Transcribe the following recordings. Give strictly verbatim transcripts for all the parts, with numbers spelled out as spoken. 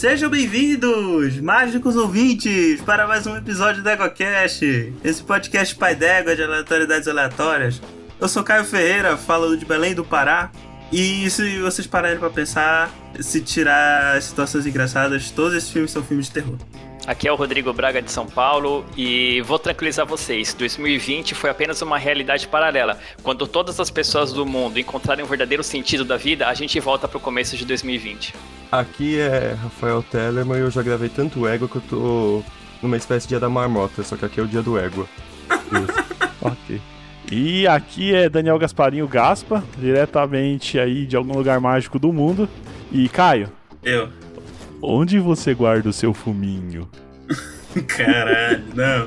Sejam bem-vindos, mágicos ouvintes, para mais um episódio do EgoCast, esse podcast pai d'égua de aleatoriedades aleatórias. Eu sou Caio Ferreira, falo de Belém do Pará, e se vocês pararem pra pensar, se tirar situações engraçadas, todos esses filmes são filmes de terror. Aqui é o Rodrigo Braga de São Paulo e vou tranquilizar vocês, dois mil e vinte foi apenas uma realidade paralela. Quando todas as pessoas do mundo encontrarem o verdadeiro sentido da vida, a gente volta pro começo de dois mil e vinte. Aqui é Rafael Tellerman e eu já gravei tanto Égua que eu tô numa espécie de dia da marmota, só que aqui é o dia do Égua. Ok. E aqui é Daniel Gasparinho Gaspa, diretamente aí de algum lugar mágico do mundo. E Caio, Eu. onde você guarda o seu fuminho? Caralho, não.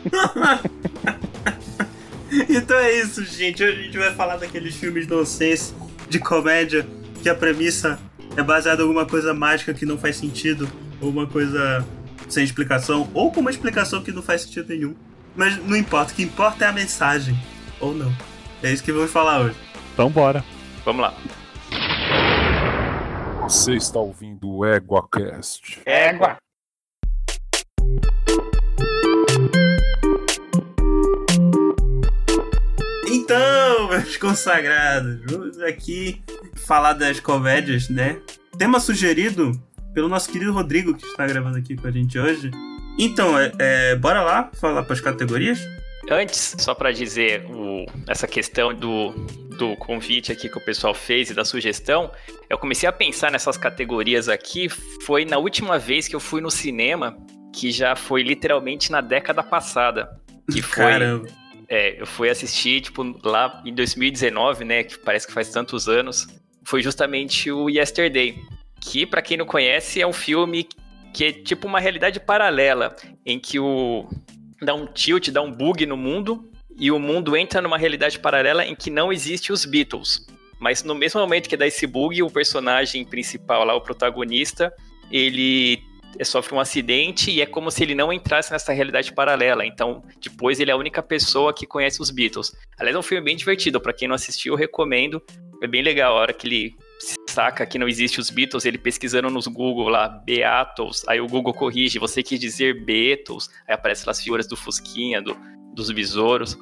Então é isso, gente. Hoje a gente vai falar daqueles filmes nonsense de comédia que a premissa é baseada em alguma coisa mágica que não faz sentido, ou uma coisa sem explicação, ou com uma explicação que não faz sentido nenhum. Mas não importa, o que importa é a mensagem, ou não. É isso que vamos falar hoje. Então bora. Vamos lá. Você está ouvindo o EguaCast. Égua! Então, meus consagrados, vamos aqui falar das comédias, né? Tema sugerido pelo nosso querido Rodrigo, que está gravando aqui com a gente hoje. Então, é, é, bora lá falar para as categorias? Antes, só pra dizer o, essa questão do, do convite aqui que o pessoal fez e da sugestão, eu comecei a pensar nessas categorias aqui, foi na última vez que eu fui no cinema, que já foi literalmente na década passada, que foi... Caramba. É, eu fui assistir, tipo, lá em dois mil e dezenove, né, que parece que faz tantos anos, foi justamente o Yesterday, que, pra quem não conhece, é um filme que é tipo uma realidade paralela, em que o... dá um tilt, dá um bug no mundo, e o mundo entra numa realidade paralela em que não existe os Beatles. Mas no mesmo momento que dá esse bug, o personagem principal lá, o protagonista, ele sofre um acidente e é como se ele não entrasse nessa realidade paralela. Então, depois ele é a única pessoa que conhece os Beatles. Aliás, é um filme bem divertido, pra quem não assistiu, eu recomendo. É bem legal, a hora que ele saca que não existe os Beatles, ele pesquisando nos Google lá, Beatles, aí o Google corrige, você quis dizer Beatles, aí aparecem lá as figuras do Fusquinha, do, dos besouros,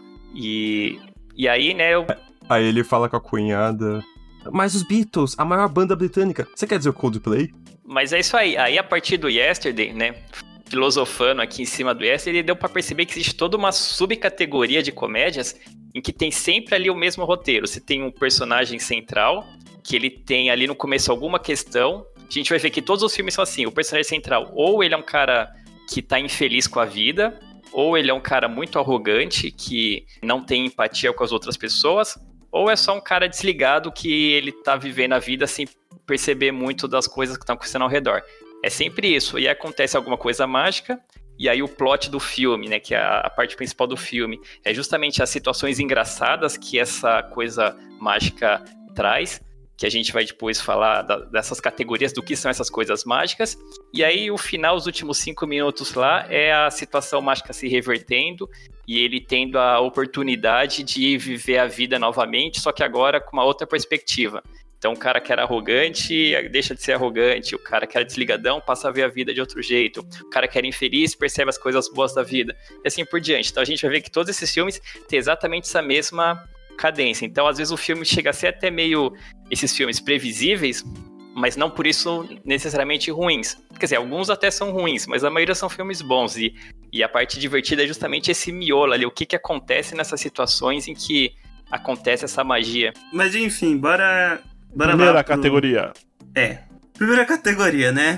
e, e aí, né, eu... Aí ele fala com a cunhada, mas os Beatles, a maior banda britânica, você quer dizer o Coldplay? Mas é isso aí, aí a partir do Yesterday, né, filosofando aqui em cima do Yesterday, deu pra perceber que existe toda uma subcategoria de comédias em que tem sempre ali o mesmo roteiro, você tem um personagem central, que ele tem ali no começo alguma questão. A gente vai ver que todos os filmes são assim, o personagem central, ou ele é um cara que tá infeliz com a vida, ou ele é um cara muito arrogante, que não tem empatia com as outras pessoas, ou é só um cara desligado que ele tá vivendo a vida sem perceber muito das coisas que estão acontecendo ao redor. É sempre isso, e acontece alguma coisa mágica, e aí o plot do filme, né, que é a parte principal do filme, é justamente as situações engraçadas que essa coisa mágica traz, que a gente vai depois falar da, dessas categorias do que são essas coisas mágicas, e aí o final, os últimos cinco minutos lá, é a situação mágica se revertendo, e ele tendo a oportunidade de viver a vida novamente, só que agora com uma outra perspectiva. Então o cara que era arrogante, deixa de ser arrogante, o cara que era desligadão passa a ver a vida de outro jeito, o cara que era infeliz percebe as coisas boas da vida, e assim por diante. Então a gente vai ver que todos esses filmes têm exatamente essa mesma cadência. Então, às vezes o filme chega a ser até meio esses filmes previsíveis, mas não por isso necessariamente ruins. Quer dizer, alguns até são ruins, mas a maioria são filmes bons. E, e a parte divertida é justamente esse miolo ali, o que, que acontece nessas situações em que acontece essa magia. Mas enfim, bora... bora Primeira lá pro... categoria. É. Primeira categoria, né?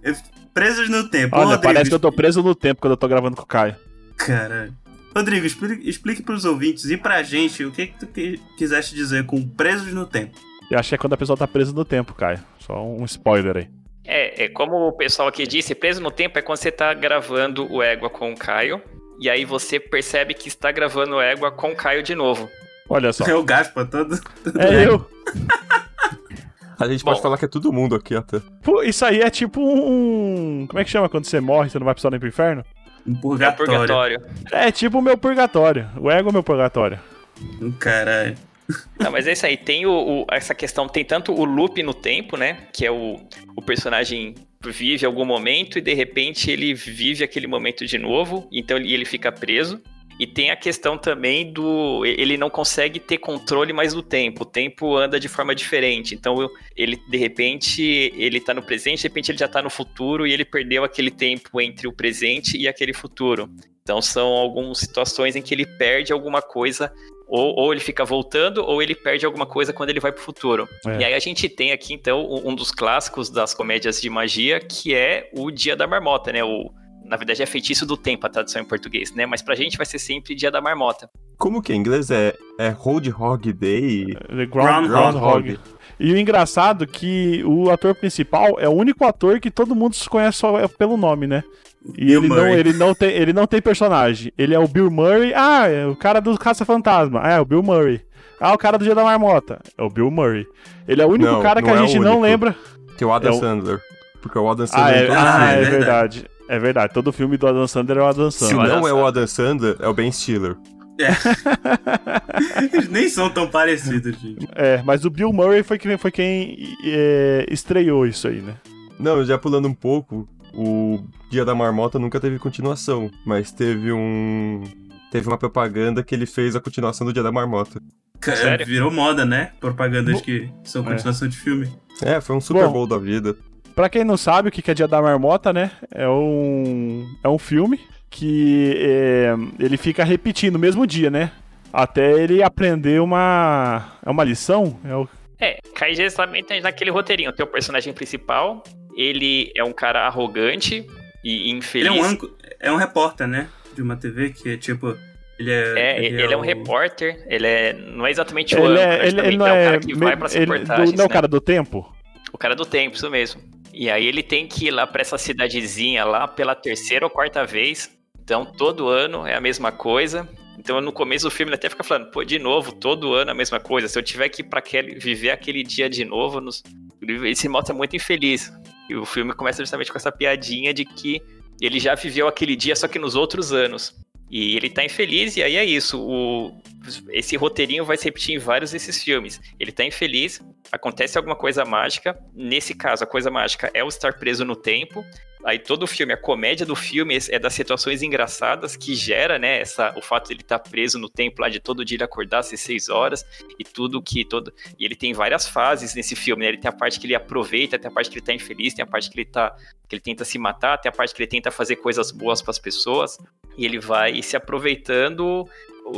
Presos no tempo. Olha, Rodrigo, parece que eu tô preso no tempo quando eu tô gravando com o Caio. Caralho. Rodrigo, explique, explique pros ouvintes e pra gente o que, que tu que, quiseste dizer com presos no tempo. Eu acho que é quando a pessoa tá presa no tempo, Caio. Só um spoiler aí. É, é como o pessoal aqui disse, preso no tempo é quando você tá gravando o Égua com o Caio, e aí você percebe que está gravando o Égua com o Caio de novo. Olha só. É o Gaspa, todo... todo É Égua. eu. A gente Bom. pode falar que é todo mundo aqui até. Pô, isso aí é tipo um... Como é que chama quando você morre e você não vai precisar nem pro inferno? Um É o purgatório. purgatório. É tipo o meu purgatório. O ego é o meu purgatório. Caralho. Não, mas é isso aí, tem o, o- essa questão, tem tanto o loop no tempo, né, que é o, o personagem vive algum momento e de repente ele vive aquele momento de novo, então ele, ele fica preso. E tem a questão também do... ele não consegue ter controle mais do tempo. O tempo anda de forma diferente. Então, ele, de repente, ele tá no presente, de repente ele já tá no futuro e ele perdeu aquele tempo entre o presente e aquele futuro. Então, são algumas situações em que ele perde alguma coisa, ou, ou ele fica voltando, ou ele perde alguma coisa quando ele vai pro futuro. É. E aí a gente tem aqui, então, um dos clássicos das comédias de magia, que é o Dia da Marmota, né? O... Na verdade é Feitiço do Tempo a tradução em português, né? Mas pra gente vai ser sempre Dia da Marmota. Como que em inglês é? É Groundhog Day? The Ground, Groundhog. E o engraçado é que o ator principal é o único ator que todo mundo se conhece só pelo nome, né? E ele não, ele, não tem, ele não tem personagem. Ele é o Bill Murray. Ah, é o cara do Caça-Fantasma. Ah, é o Bill Murray. Ah, o cara do Dia da Marmota. É o Bill Murray. Ele é o único não, cara que a é gente não lembra. Tem o Adam é o... Sandler. Porque o Adam Sandler ah, é, todo ah, filme. é verdade. É verdade. Todo filme do Adam Sandler é o Adam Se Sandler. não é o Adam Sandler, é o Ben Stiller. É. Eles nem são tão parecidos, gente. É, mas o Bill Murray foi quem, foi quem é, estreou isso aí, né? Não, já pulando um pouco, o Dia da Marmota nunca teve continuação, mas teve um... Teve uma propaganda que ele fez a continuação do Dia da Marmota. Sério? Virou moda, né? Propagandas que são continuação é. de filme. É, foi um Super Bom, Bowl da vida. Pra quem não sabe o que é Dia da Marmota, né? É um, é um filme que é, ele fica repetindo no mesmo dia, né? Até ele aprender uma, é uma lição. É, o... é, cai justamente naquele roteirinho. Tem o personagem principal, ele é um cara arrogante e infeliz. Ele é um, anco, é um repórter, né? De uma T V que é tipo... Ele é, é, ele, ele é, é um o... repórter, ele é, não é exatamente o ele âncora, é, ele, ele não é o é cara que vai pras reportagens, do, não é o né? cara do tempo? O cara do tempo, isso mesmo. E aí ele tem que ir lá pra essa cidadezinha lá pela terceira ou quarta vez. Então todo ano é a mesma coisa. Então no começo do filme ele até fica falando, pô, de novo, todo ano é a mesma coisa. Se eu tiver que ir pra aquele, viver aquele dia de novo, nos... ele se mostra muito infeliz. E o filme começa justamente com essa piadinha de que ele já viveu aquele dia, só que nos outros anos. E ele tá infeliz, e aí é isso. O, esse roteirinho vai se repetir em vários desses filmes. Ele tá infeliz, acontece alguma coisa mágica. Nesse caso, a coisa mágica é o estar preso no tempo. Aí todo o filme, a comédia do filme é das situações engraçadas que gera, né, essa, o fato de ele estar preso no tempo lá, de todo dia ele acordar às seis horas e tudo que... Todo, e ele tem várias fases nesse filme, né? Ele tem a parte que ele aproveita, tem a parte que ele tá infeliz, tem a parte que ele, tá, que ele tenta se matar, tem a parte que ele tenta fazer coisas boas pras pessoas. E ele vai se aproveitando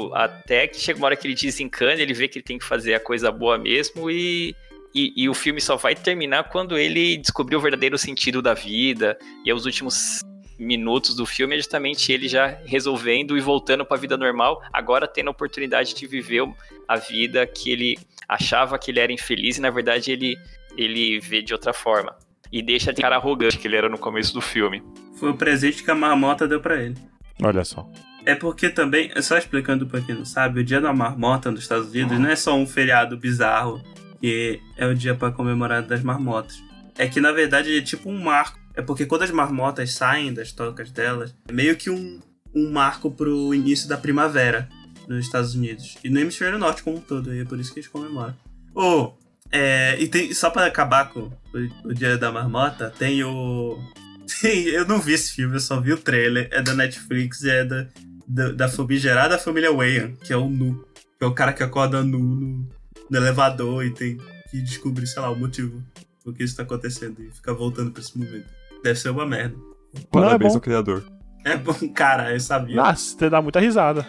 até que chega uma hora que ele desencana, ele vê que ele tem que fazer a coisa boa mesmo e... E, e o filme só vai terminar quando ele descobriu o verdadeiro sentido da vida. E os últimos minutos do filme é justamente ele já resolvendo e voltando para a vida normal, agora tendo a oportunidade de viver a vida que ele achava que ele era infeliz e na verdade ele, ele vê de outra forma. E deixa de cara arrogante que ele era no começo do filme. Foi o presente que a marmota deu para ele. Olha só. É porque também, só explicando para quem não sabe, o Dia da Marmota nos Estados Unidos não é só um feriado bizarro que é o dia para comemorar das marmotas. É que, na verdade, é tipo um marco. É porque quando as marmotas saem das tocas delas, é meio que um, um marco pro início da primavera nos Estados Unidos. E no hemisfério norte como um todo, e é por isso que eles comemoram. Oh, é, e tem, só para acabar com o, o Dia da Marmota, tem o... Tem, eu não vi esse filme, eu só vi o trailer. É da Netflix e é da, da, da famigerada família Wayans, que é o Nu. Que é o cara que acorda nu no... no elevador e tem que descobrir, sei lá, o motivo por que isso tá acontecendo e ficar voltando pra esse momento. Deve ser uma merda. Parabéns é ao criador. É bom, cara, eu sabia. Nossa, você dá muita risada.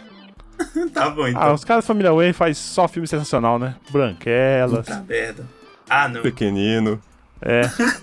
Tá bom, então. Ah, os caras da família Wayne faz só filme sensacional, né? Branquelas. Puta merda. Ah, não. Pequenino. É.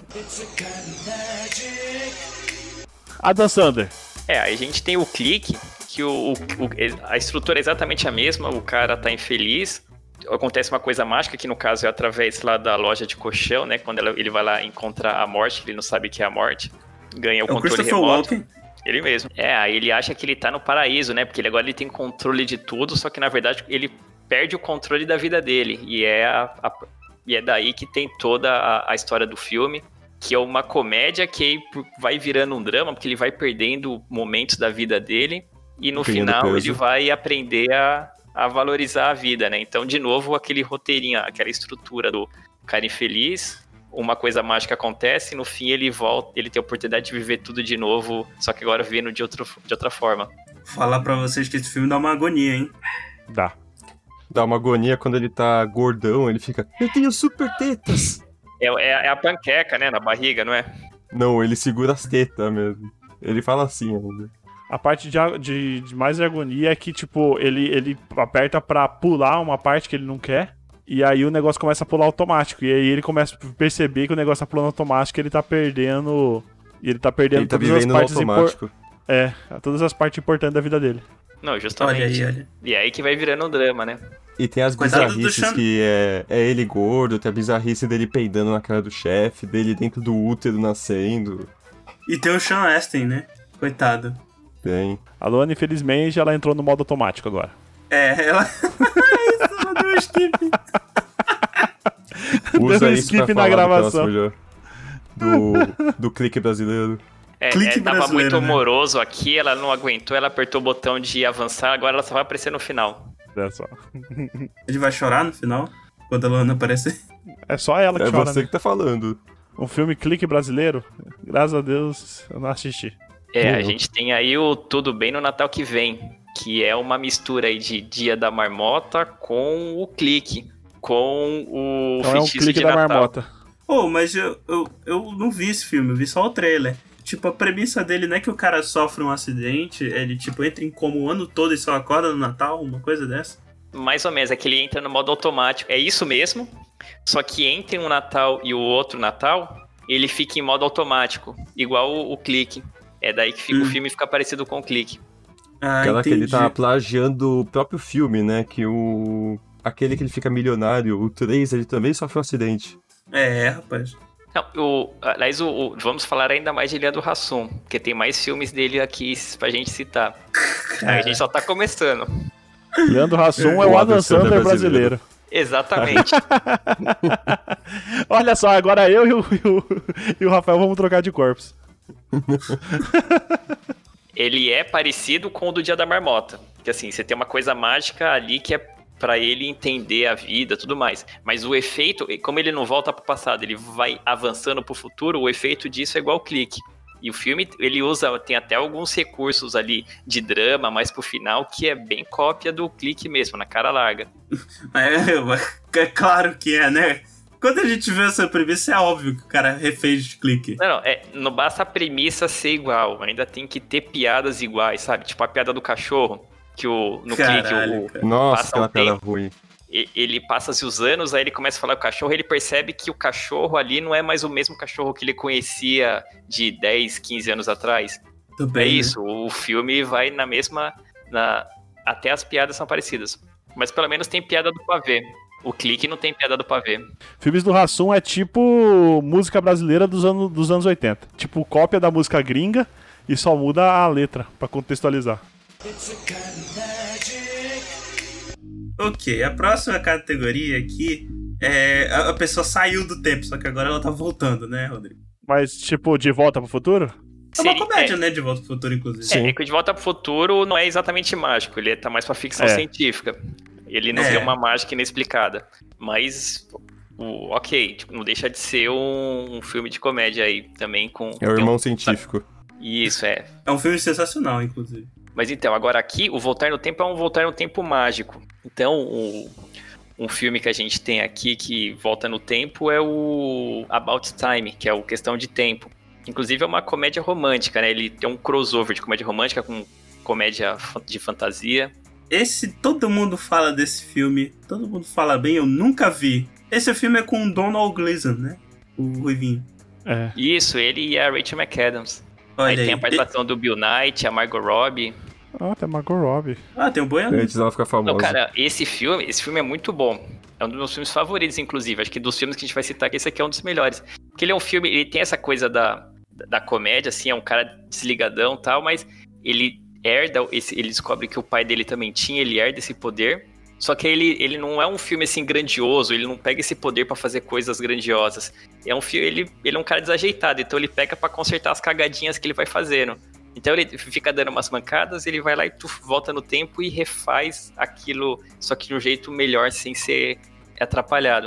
Adam Sandler. É, aí a gente tem o clique, que o, o, a estrutura é exatamente a mesma, o cara tá infeliz, acontece uma coisa mágica, que no caso é através lá da loja de colchão, né? Quando ela, ele vai lá encontrar a morte, ele não sabe que é a morte, ganha o é controle o remoto. Walken. Ele mesmo. É, aí ele acha que ele tá no paraíso, né? Porque ele, agora ele tem controle de tudo, só que na verdade ele perde o controle da vida dele. E é, a, a, e é daí que tem toda a, a história do filme, que é uma comédia que vai virando um drama, porque ele vai perdendo momentos da vida dele. E no Ganhando final peso. ele vai aprender a... a valorizar a vida, né? Então, de novo, aquele roteirinho, aquela estrutura do cara infeliz, uma coisa mágica acontece e no fim ele volta, ele tem a oportunidade de viver tudo de novo, só que agora vivendo de, outro, de outra forma. Falar pra vocês que esse filme dá uma agonia, hein? Dá. Dá uma agonia quando ele tá gordão, ele fica, eu tenho super tetas. É, é, é a panqueca, né, na barriga, não é? Não, ele segura as tetas mesmo. Ele fala assim ainda. A parte de, de, de mais agonia é que, tipo, ele, ele aperta pra pular uma parte que ele não quer, e aí o negócio começa a pular automático. E aí ele começa a perceber que o negócio tá pulando automático e ele tá perdendo. E ele tá perdendo ele tá todas as vivendo partes no automático. Impor... É, todas as partes importantes da vida dele. Não, justamente. Olha aí, olha. E é aí que vai virando um drama, né? E tem as Coitado do bizarrices Sean- que é, é ele gordo, tem a bizarrice dele peidando na cara do chefe, dele dentro do útero nascendo. E tem o Sean Astin, né? Coitado. Tem. A Luana, infelizmente, ela entrou no modo automático agora. É, ela... Isso, ela deu um skip. Usa Deu um isso pra skip na falar gravação. Do, do, do clique brasileiro. É, Clique é, tava brasileiro, muito né? amoroso aqui, ela não aguentou, ela apertou o botão de avançar, agora ela só vai aparecer no final. Olha só. Ele vai chorar no final? Quando a Luana aparecer? É só ela que É chora, você né? que tá falando. Um filme clique brasileiro, graças a Deus, eu não assisti. É, a Uhum. gente tem aí o Tudo Bem no Natal que Vem, que é uma mistura aí de Dia da Marmota com o clique, com o Então é um feitiço clique de da Natal. marmota. Pô, mas eu, eu, eu não vi esse filme, eu vi só o trailer. Tipo, a premissa dele não é que o cara sofre um acidente, ele, tipo, entra em coma o ano todo e só acorda no Natal, uma coisa dessa. Mais ou menos, é que ele entra no modo automático. É isso mesmo, só que entre um Natal e o outro Natal, ele fica em modo automático, igual o, o clique. É daí que fica, Hum. o filme fica parecido com o clique. Ah, Aquela que entendi. ele tá plagiando o próprio filme, né? Que o... Aquele que ele fica milionário, o três, ele também sofreu um acidente. É, rapaz. Não, o, aliás, o, o- vamos falar ainda mais de Leandro Hassum, porque tem mais filmes dele aqui pra gente citar. Aí a gente só tá começando. Leandro Hassum é O o Adam Adam Sandler Sandler brasileiro. brasileiro. Exatamente. Olha só, agora eu e o, e o, e o Rafael vamos trocar de corpos. Ele é parecido com o do Dia da Marmota. Que assim, você tem uma coisa mágica ali que é pra ele entender a vida e tudo mais. Mas o efeito, como ele não volta pro passado, ele vai avançando pro futuro, o efeito disso é igual o clique. E o filme, ele usa, tem até alguns recursos ali de drama, mais pro final, que é bem cópia do clique mesmo, na cara larga. É, é claro que é, né? Quando a gente vê essa premissa, é óbvio que o cara refez de clique. Não, não, é, não basta a premissa ser igual, ainda tem que ter piadas iguais, sabe? Tipo a piada do cachorro, que o, no Caralho, clique o, cara. Nossa, Passa aquela o piada tempo. ruim. e- ele passa-se os anos, aí ele começa a falar com o cachorro, ele percebe que o cachorro ali não é mais o mesmo cachorro que ele conhecia de dez, quinze anos atrás. Também, É né? isso, o filme vai na mesma... Na, até as piadas são parecidas. Mas pelo menos tem piada do pavê. O clique não tem piada do pavê. Filmes do Hassum é tipo música brasileira dos, anos dos anos oitenta. Tipo cópia da música gringa e só muda a letra pra contextualizar. Ok, a próxima categoria aqui é... A a pessoa saiu do tempo, só que agora ela tá voltando, né, Rodrigo? Mas tipo, De Volta pro Futuro? É uma Seria- comédia, né, De Volta pro Futuro, inclusive. É, é que o De Volta pro Futuro não é exatamente mágico, ele tá mais pra ficção É. científica. Ele não É. tem uma mágica inexplicada. Mas, o, ok, tipo, não deixa de ser um, um filme de comédia aí também com... É o tem irmão um- científico. Isso, é. É um filme sensacional, inclusive. Mas então, agora aqui, o Voltar no Tempo é um Voltar no Tempo mágico. Então, o, um filme que a gente tem aqui que volta no tempo é o About Time, que é o Questão de Tempo. Inclusive é uma comédia romântica, né? Ele tem um crossover de comédia romântica com comédia fa- de fantasia. Esse, todo mundo fala desse filme, todo mundo fala bem, eu nunca vi. Esse filme é com o Donald Gleason, né? O Ruivinho. É. Isso, ele e a Rachel McAdams. Olha aí aí. tem a participação do Bill Knight, a Margot Robbie. Ah, tem Margot Robbie. Ah, tem um boi ali. Antes dela ficar famosa. Não, cara, esse filme, esse filme é muito bom. É um dos meus filmes favoritos, inclusive. Acho que dos filmes que a gente vai citar aqui, esse aqui é um dos melhores. Porque ele é um filme, ele tem essa coisa da, da comédia, assim, é um cara desligadão e tal, mas ele herda, esse, ele descobre que o pai dele também tinha, ele herda esse poder. Só que ele, ele não é um filme, assim, grandioso, ele não pega esse poder pra fazer coisas grandiosas. É um filme, ele, ele é um cara desajeitado, então ele pega pra consertar as cagadinhas que ele vai fazendo. Então ele fica dando umas mancadas, ele vai lá e tu volta no tempo e refaz aquilo, só que de um jeito melhor, sem ser atrapalhado.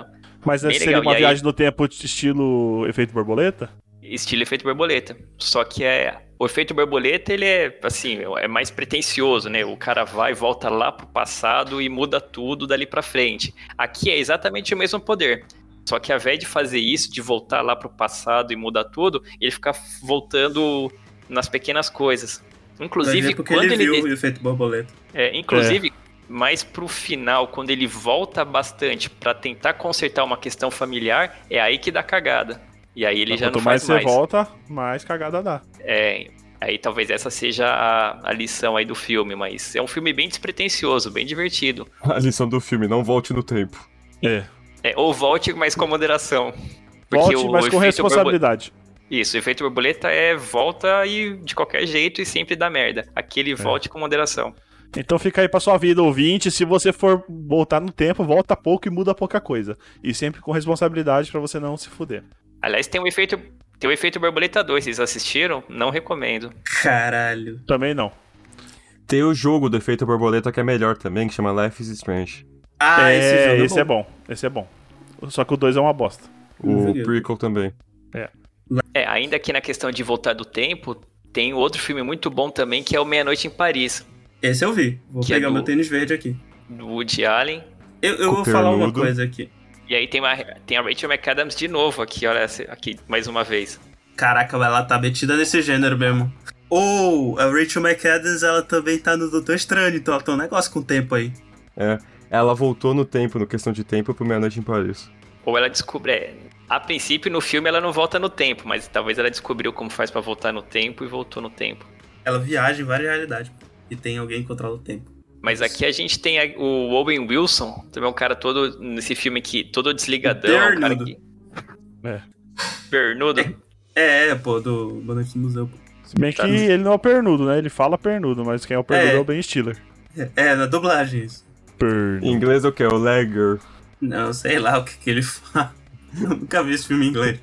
Mas Bem seria legal. uma E aí- viagem no tempo estilo efeito borboleta? Estilo efeito borboleta. Só que é o efeito borboleta, ele é assim, é mais pretensioso, né? O cara vai e volta lá pro passado e muda tudo dali pra frente. Aqui é exatamente o mesmo poder. Só que ao invés de fazer isso, de voltar lá pro passado e mudar tudo, ele fica voltando nas pequenas coisas. Inclusive, porque quando ele ele, viu de- o efeito borboleta. é, inclusive, mais pro final, quando ele volta bastante pra tentar consertar uma questão familiar, é aí que dá cagada. E aí ele Mas já quanto não mais faz você mais. volta, mais cagada dá. É, aí talvez essa seja a, a lição aí do filme, mas é um filme bem despretensioso, bem divertido. A lição do filme, não volte no tempo. É. É, ou volte, mas com moderação. Volte, o mas com efeito responsabilidade. borbo- Isso, o efeito borboleta é volta e de qualquer jeito e sempre dá merda. Aquele volte com moderação. Então fica aí pra sua vida, ouvinte. Se você for voltar no tempo, volta pouco e muda pouca coisa. E sempre com responsabilidade pra você não se fuder. Aliás, tem o efeito, tem o efeito borboleta dois, vocês assistiram? Não recomendo. Caralho. Também não. Tem o jogo do efeito borboleta que é melhor também, que chama Life is Strange. Ah, é, esse jogo esse é bom. Esse é bom. Só que o dois é uma bosta. O joguei. prequel também. É, ainda aqui na questão de voltar do tempo, tem outro filme muito bom também, que é o Meia-Noite em Paris, Esse eu vi. Vou Que é pegar do- meu tênis verde aqui. do Woody Allen. Eu, eu vou Com falar uma pernudo. coisa aqui. E aí tem, uma, tem a Rachel McAdams de novo aqui, olha essa- aqui, mais uma vez. Caraca, ela tá metida nesse gênero mesmo. Ou a Rachel McAdams, ela também tá no Doutor Estranho, então ela tem um negócio com o tempo aí. É. Ela voltou no tempo, no questão de tempo, pro Meia-Noite em Paris. Ou ela descobre... É, a princípio, no filme, ela não volta no tempo, mas talvez ela descobriu como faz pra voltar no tempo e voltou no tempo. Ela viaja em várias realidades. E tem alguém que controla o tempo. Mas aqui a gente tem a- o Owen Wilson, também é um cara todo, nesse filme aqui, todo desligadão. Um cara Pernudo. que... É. Pernudo. É, é, pô, do Boa Noite no Museu. Pô. Se bem Tá. que ele não é o pernudo, né? Ele fala pernudo, mas quem é o pernudo é, É. o Ben Stiller. É, na dublagem isso. Em Pernudo. inglês é o que? É o Legger. Não, sei lá o que, que ele fala. Eu nunca vi esse filme em inglês.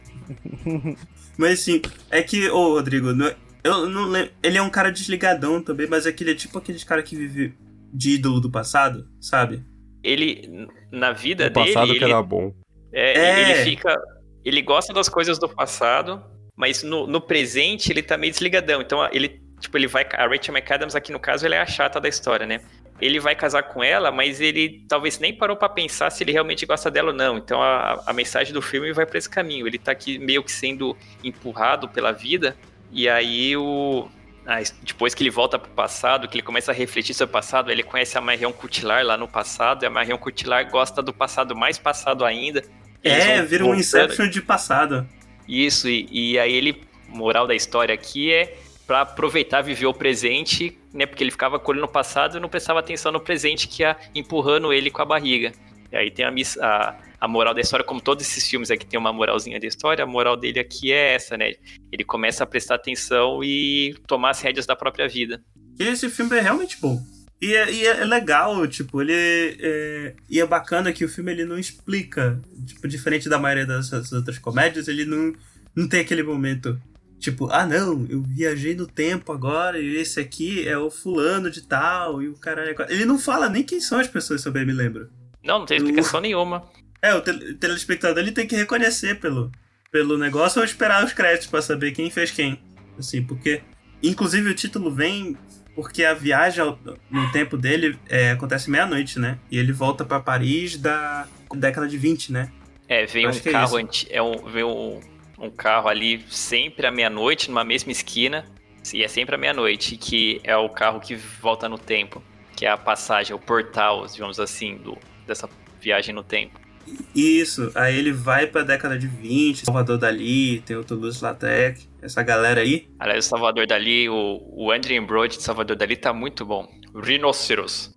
Mas assim, é que, ô Rodrigo, não é- eu não lembro. Ele é um cara desligadão também, mas é que ele é tipo aquele cara que vive de ídolo do passado, sabe? Ele, na vida O passado dele, que ele, era bom. é, É. ele fica... Ele gosta das coisas do passado, mas no, no presente ele tá meio desligadão. Então ele, tipo, ele vai... A Rachel McAdams aqui no caso, ela é a chata da história, né? Ele vai casar com ela, mas ele talvez nem parou pra pensar se ele realmente gosta dela ou não. Então a, a mensagem do filme vai pra esse caminho. Ele tá aqui meio que sendo empurrado pela vida, e aí o... ah, depois que ele volta pro passado, que ele começa a refletir sobre o passado, ele conhece a Marion Cotillard lá no passado, e a Marion Cotillard gosta do passado mais passado ainda. Eles É, vão vira um voltando. Inception de passado. Isso, e, e aí ele, moral da história aqui é pra aproveitar, viver o presente, né? Porque ele ficava com o olho no passado e não prestava atenção no presente que ia empurrando ele com a barriga. E aí tem a, miss- a, a moral da história, como todos esses filmes aqui tem uma moralzinha da história, a moral dele aqui é essa, né? Ele começa a prestar atenção e tomar as rédeas da própria vida. E esse filme é realmente bom. E é, e é legal, tipo, ele é, e é bacana que o filme ele não explica, tipo, diferente da maioria das, das outras comédias, ele não, não tem aquele momento, tipo, ah não, eu viajei no tempo agora e esse aqui é o fulano de tal e o caralho. Ele não fala nem quem são as pessoas, se eu bem me lembro. Não, não tem explicação nenhuma. É, o tel- telespectador ele tem que reconhecer pelo, pelo negócio ou esperar os créditos pra saber quem fez quem. Assim, porque, inclusive, o título vem porque a viagem ao- no tempo dele é, acontece meia-noite, né? E ele volta pra Paris da década de vinte, né? É, vem um Acho que é carro isso. anti... é um, vem um, um carro ali sempre à meia-noite, numa mesma esquina, e é sempre à meia-noite, que é o carro que volta no tempo, que é a passagem, o portal, digamos assim, do, dessa viagem no tempo. Isso, aí ele vai pra década de vinte, Salvador Dali, tem o Toulouse-Lautrec, essa galera aí. Aliás, o Salvador Dali, o, o Adrien Brody de Salvador Dali tá muito bom. Rhinoceros.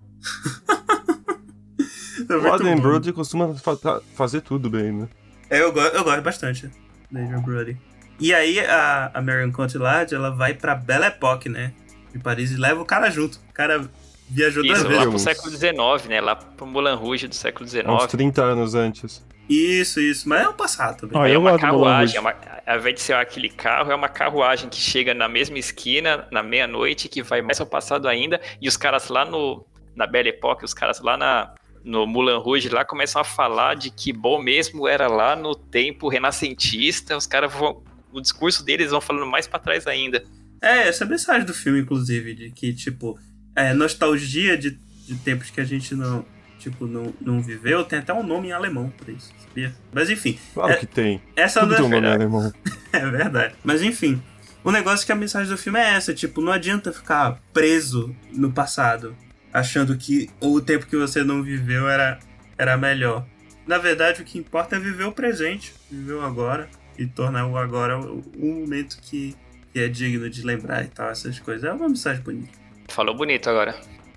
É O muito Adrien bom. Brody costuma fa- fazer tudo bem, né? É, eu, go- eu gosto bastante da Adrien Brody. E aí a, a Marion Cotillard, ela vai pra Belle Époque, né? De Paris e leva o cara junto. O cara viajou duas Isso, vezes. lá pro uns- século dezenove, né? Lá pro Moulin Rouge do século Uns dezenove. trinta anos antes. Isso, isso. Mas é o passado também. Ó, É eu uma gosto do Moulin carruagem, é Rouge. uma, ao invés de ser aquele carro, é uma carruagem que chega na mesma esquina, na meia-noite, que vai mais ao passado ainda, e os caras lá no, na Belle Époque, os caras lá na, no Moulin Rouge lá, começam a falar de que bom mesmo era lá no tempo renascentista, os caras vão, o discurso deles vão falando mais pra trás ainda. É, essa é a mensagem do filme, inclusive, de que, tipo, é, nostalgia de, de tempos que a gente não, tipo, não, não viveu, tem até um nome em alemão pra isso, sabia? Mas enfim. Claro é, que tem. Essa Tudo não tem um é, nome em alemão. é verdade. Mas enfim, o negócio é que a mensagem do filme é essa, tipo, não adianta ficar preso no passado, achando que o tempo que você não viveu era, era melhor. Na verdade, o que importa é viver o presente, viver o agora, e tornar o agora um momento que, que é digno de lembrar e tal, essas coisas. É uma mensagem bonita. Falou bonito agora.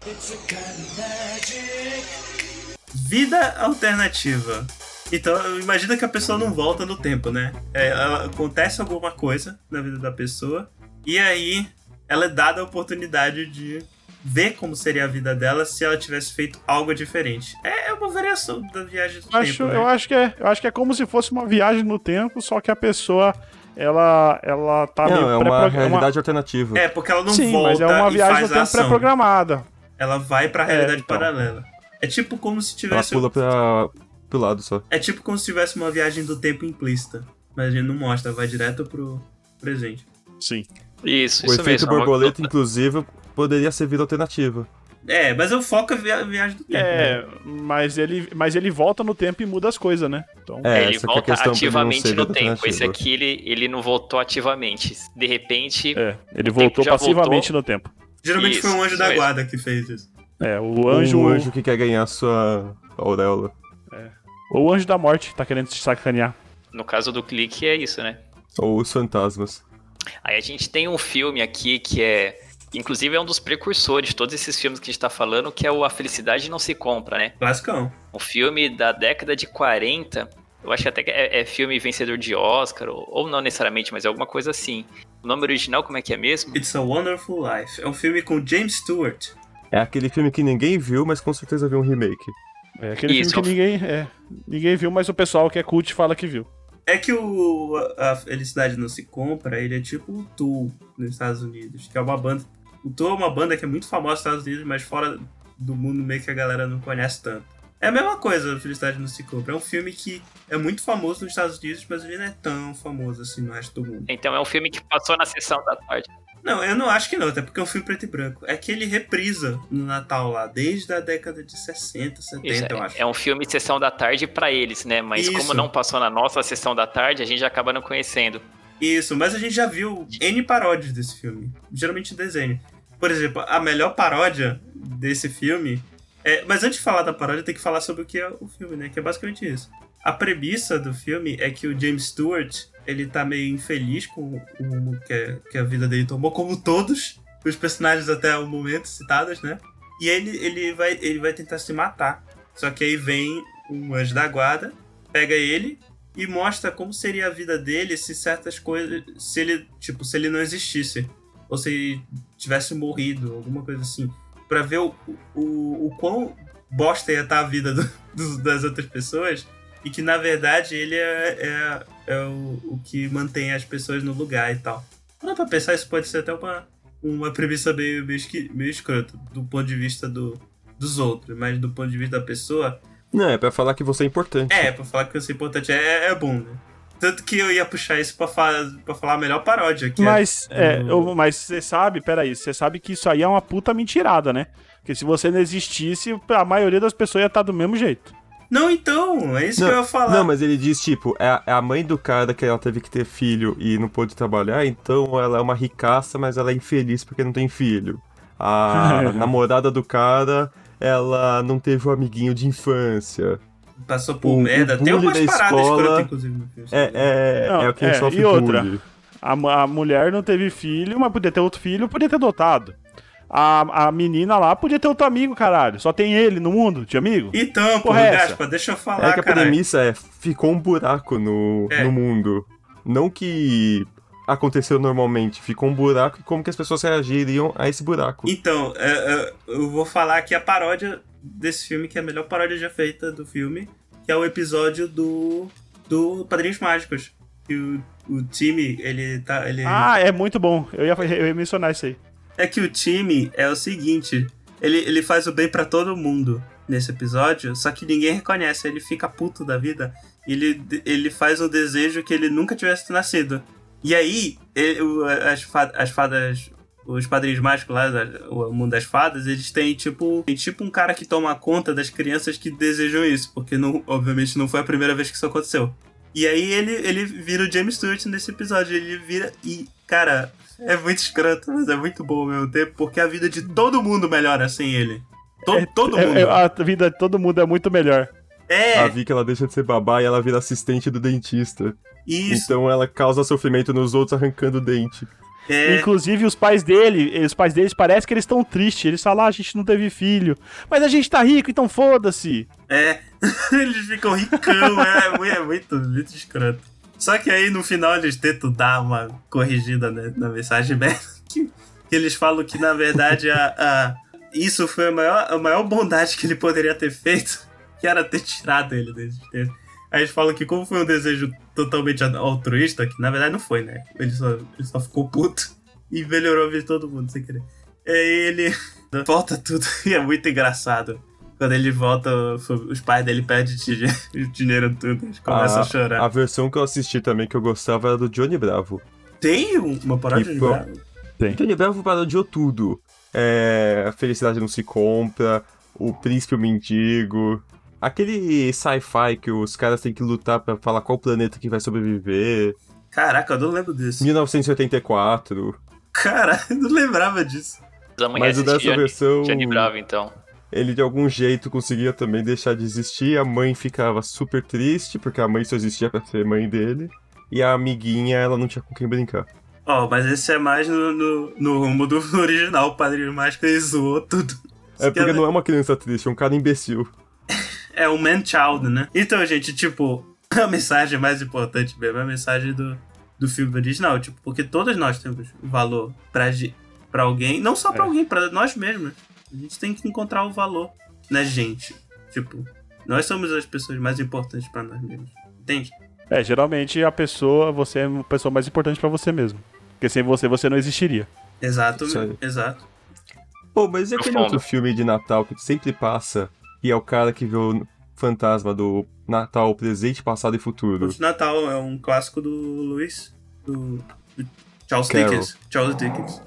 Vida alternativa. Então, imagina que a pessoa não volta no tempo, né? É, ela, acontece alguma coisa na vida da pessoa, e aí ela é dada a oportunidade de ver como seria a vida dela se ela tivesse feito algo diferente. É uma variação da viagem do acho, tempo, né? eu, acho que é, eu acho que é como se fosse uma viagem no tempo, só que a pessoa, ela, ela tá Não, meio é uma pré-prog- realidade alternativa. É, porque ela não Sim, volta mas é uma e viagem faz no tempo a ação. pré-programada. Ela vai pra realidade É, então. paralela. É tipo como se Ela tivesse... pula pra, pro lado só. É tipo como se tivesse uma viagem do tempo implícita. Mas a gente não mostra, vai direto pro presente. Sim. Isso, O isso efeito mesmo. borboleta, inclusive, poderia ser vida alternativa. É, mas eu foco a via- viagem do tempo. É, né? mas ele, mas ele volta no tempo e muda as coisas, né? Então, É, ele essa que é a volta questão pra ele não ativamente ser no vida tempo. Esse alternativa. aqui, ele, ele não voltou ativamente. De repente, é, ele o voltou tempo já passivamente voltou. no tempo. Geralmente Isso, foi um anjo isso da mesmo. guarda que fez isso. É, o anjo, Um anjo que quer ganhar sua auréola. ou o anjo da morte tá querendo te sacanear. no caso do clique, é isso, né? Ou os fantasmas. Aí a gente tem um filme aqui que é... Inclusive é um dos precursores de todos esses filmes que a gente tá falando, que é o A Felicidade Não Se Compra, né? Classicão. Um filme da década de quarenta. Eu acho que até que é, é filme vencedor de Oscar, ou, ou não necessariamente, mas é alguma coisa assim. O nome original, como é que é mesmo? It's a Wonderful Life. É um filme com James Stewart. É aquele filme que ninguém viu, mas com certeza viu um remake. É aquele Isso. filme que ninguém, é, ninguém viu, mas o pessoal que é cult fala que viu. É que o A Felicidade Não Se Compra, ele é tipo o Tool nos Estados Unidos, que é uma banda... O Tool é uma banda que é muito famosa nos Estados Unidos, mas fora do mundo meio que a galera não conhece tanto. É a mesma coisa, A Felicidade Não Se Compra. É um filme que é muito famoso nos Estados Unidos, mas ele não é tão famoso assim no resto do mundo. Então é um filme que passou na sessão da tarde. Não, eu não acho que não, até porque é um filme preto e branco. É que ele reprisa no Natal lá, desde a década de sessenta, setenta, Isso, eu acho. é um filme de sessão da tarde pra eles, né? Mas Isso. como não passou na nossa sessão da tarde, a gente acaba não conhecendo. Isso, mas a gente já viu N paródias desse filme, geralmente em desenho. Por exemplo, a melhor paródia desse filme... É... Mas antes de falar da paródia, tem que falar sobre o que é o filme, né? Que é basicamente isso. A premissa do filme é que o James Stewart, ele tá meio infeliz com o rumo que, é- que a vida dele tomou, como todos os personagens até o momento citados, né? E aí ele, ele, vai, ele vai tentar se matar. Só que aí vem um anjo da guarda, pega ele e mostra como seria a vida dele se certas coisas... Se ele, tipo, se ele não existisse. Ou se ele tivesse morrido, alguma coisa assim. Pra ver o, o, o quão bosta ia estar a vida do- dos- das outras pessoas. E que, na verdade, ele é, é, é o, o que mantém as pessoas no lugar e tal. Não, pra pensar, isso pode ser até uma, uma premissa meio, meio, esqui- meio escrota, do ponto de vista do, dos outros. Mas do ponto de vista da pessoa, Não, é pra falar que você é importante. é, pra falar que isso é importante, é, é bom, né? Tanto que eu ia puxar isso pra, fa- pra falar a melhor paródia. Que Mas, é, é, eu- mas você sabe, peraí, você sabe que isso aí é uma puta mentirada, né? Porque se você não existisse, a maioria das pessoas ia estar do mesmo jeito. Não, então, é isso Não, que eu ia falar. Não, mas ele diz, tipo, é a, é a mãe do cara que ela teve que ter filho e não pôde trabalhar, então ela é uma ricaça, mas ela é infeliz porque não tem filho. A namorada do cara, ela não teve um amiguinho de infância. Passou por O- merda. o Tem bullying umas da paradas escola escrotas, inclusive, no filme. É, é, Não, é quem é, sofre e outra? bullying. A, mu- a mulher não teve filho, mas podia ter outro filho, podia ter adotado. A, a menina lá podia ter outro amigo, caralho. Só tem ele no mundo de amigo. Então, pô, Porra, é essa? Gaspa, deixa eu falar, É que a caralho. premissa é, ficou um buraco no, É. no mundo. Não que aconteceu normalmente, ficou um buraco e como que as pessoas reagiriam a esse buraco. Então, é, é, eu vou falar aqui a paródia desse filme, que é a melhor paródia já feita do filme, que é o episódio do, do Padrinhos Mágicos. Que o, o time, ele tá... Ele... Ah, é muito bom. Eu ia, eu ia mencionar isso aí. É que o time é o seguinte, ele, ele faz o bem pra todo mundo, nesse episódio, só que ninguém reconhece, ele fica puto da vida, ele, ele faz um desejo que ele nunca tivesse nascido. E aí, ele, as, fadas, as fadas, os padrinhos mágicos lá, o mundo das fadas, eles têm tipo, tem tipo um cara que toma conta das crianças que desejam isso, porque não, obviamente não foi a primeira vez que isso aconteceu. E aí ele, ele vira o James Stewart nesse episódio, ele vira e, cara, é muito escroto, mas é muito bom ao mesmo tempo, porque a vida de todo mundo melhora sem ele. To, é, todo é, mundo. É, a vida de todo mundo é muito melhor. É. A Vicky, ela deixa de ser babá e ela vira assistente do dentista. Isso. Então ela causa sofrimento nos outros arrancando o dente. É. Inclusive os pais dele, os pais deles parece que eles estão tristes. Eles falam, ah, a gente não teve filho. Mas a gente tá rico, então foda-se. É. Eles ficam ricão, é, é muito, muito escroto. Só que aí no final eles tentam dar uma corrigida, né, na mensagem que, que eles falam que na verdade a, a, isso foi a maior, a maior bondade que ele poderia ter feito, que era ter tirado ele desse texto. Aí eles falam que como foi um desejo totalmente altruísta, que na verdade não foi, né? Ele só, ele só ficou puto e melhorou a vida de todo mundo, sem querer. E aí ele volta tudo e é muito engraçado. Quando ele volta, os pais dele pedem o dinheiro tudo, eles começam a, a chorar. A versão que eu assisti também, que eu gostava, era do Johnny Bravo. Tem uma paródia de Johnny Bravo? Tem. Johnny Bravo parodiou tudo. É, a felicidade não se compra, o príncipe o mendigo... Aquele sci-fi que os caras têm que lutar pra falar qual planeta que vai sobreviver. Caraca, eu não lembro disso. mil novecentos e oitenta e quatro. Cara, eu não lembrava disso. Mas o dessa Johnny, versão... Johnny Bravo, então. Ele de algum jeito conseguia também deixar de existir. A mãe ficava super triste, porque a mãe só existia pra ser mãe dele. E a amiguinha, ela não tinha com quem brincar. Ó, oh, mas esse é mais no, no, no rumo do original. O Padrinho Mágico ele zoou tudo. É porque não é uma criança triste, é um cara imbecil. É um man-child, né? Então, gente, tipo, a mensagem mais importante mesmo é a mensagem do, do filme original. Tipo, porque todos nós temos valor pra, pra alguém. Não só pra é. alguém, pra nós mesmos. A gente tem que encontrar o valor na gente. Tipo, nós somos as pessoas mais importantes pra nós mesmos. Entende? É, geralmente a pessoa, você é a pessoa mais importante pra você mesmo. Porque sem você, você não existiria. Exato, exato. Pô, mas e aquele outro filme de Natal que sempre passa... E é o cara que vê o fantasma do Natal, presente, passado e futuro. O Natal é um clássico do Luiz, do, do Charles Carol. Dickens. Charles Dickens.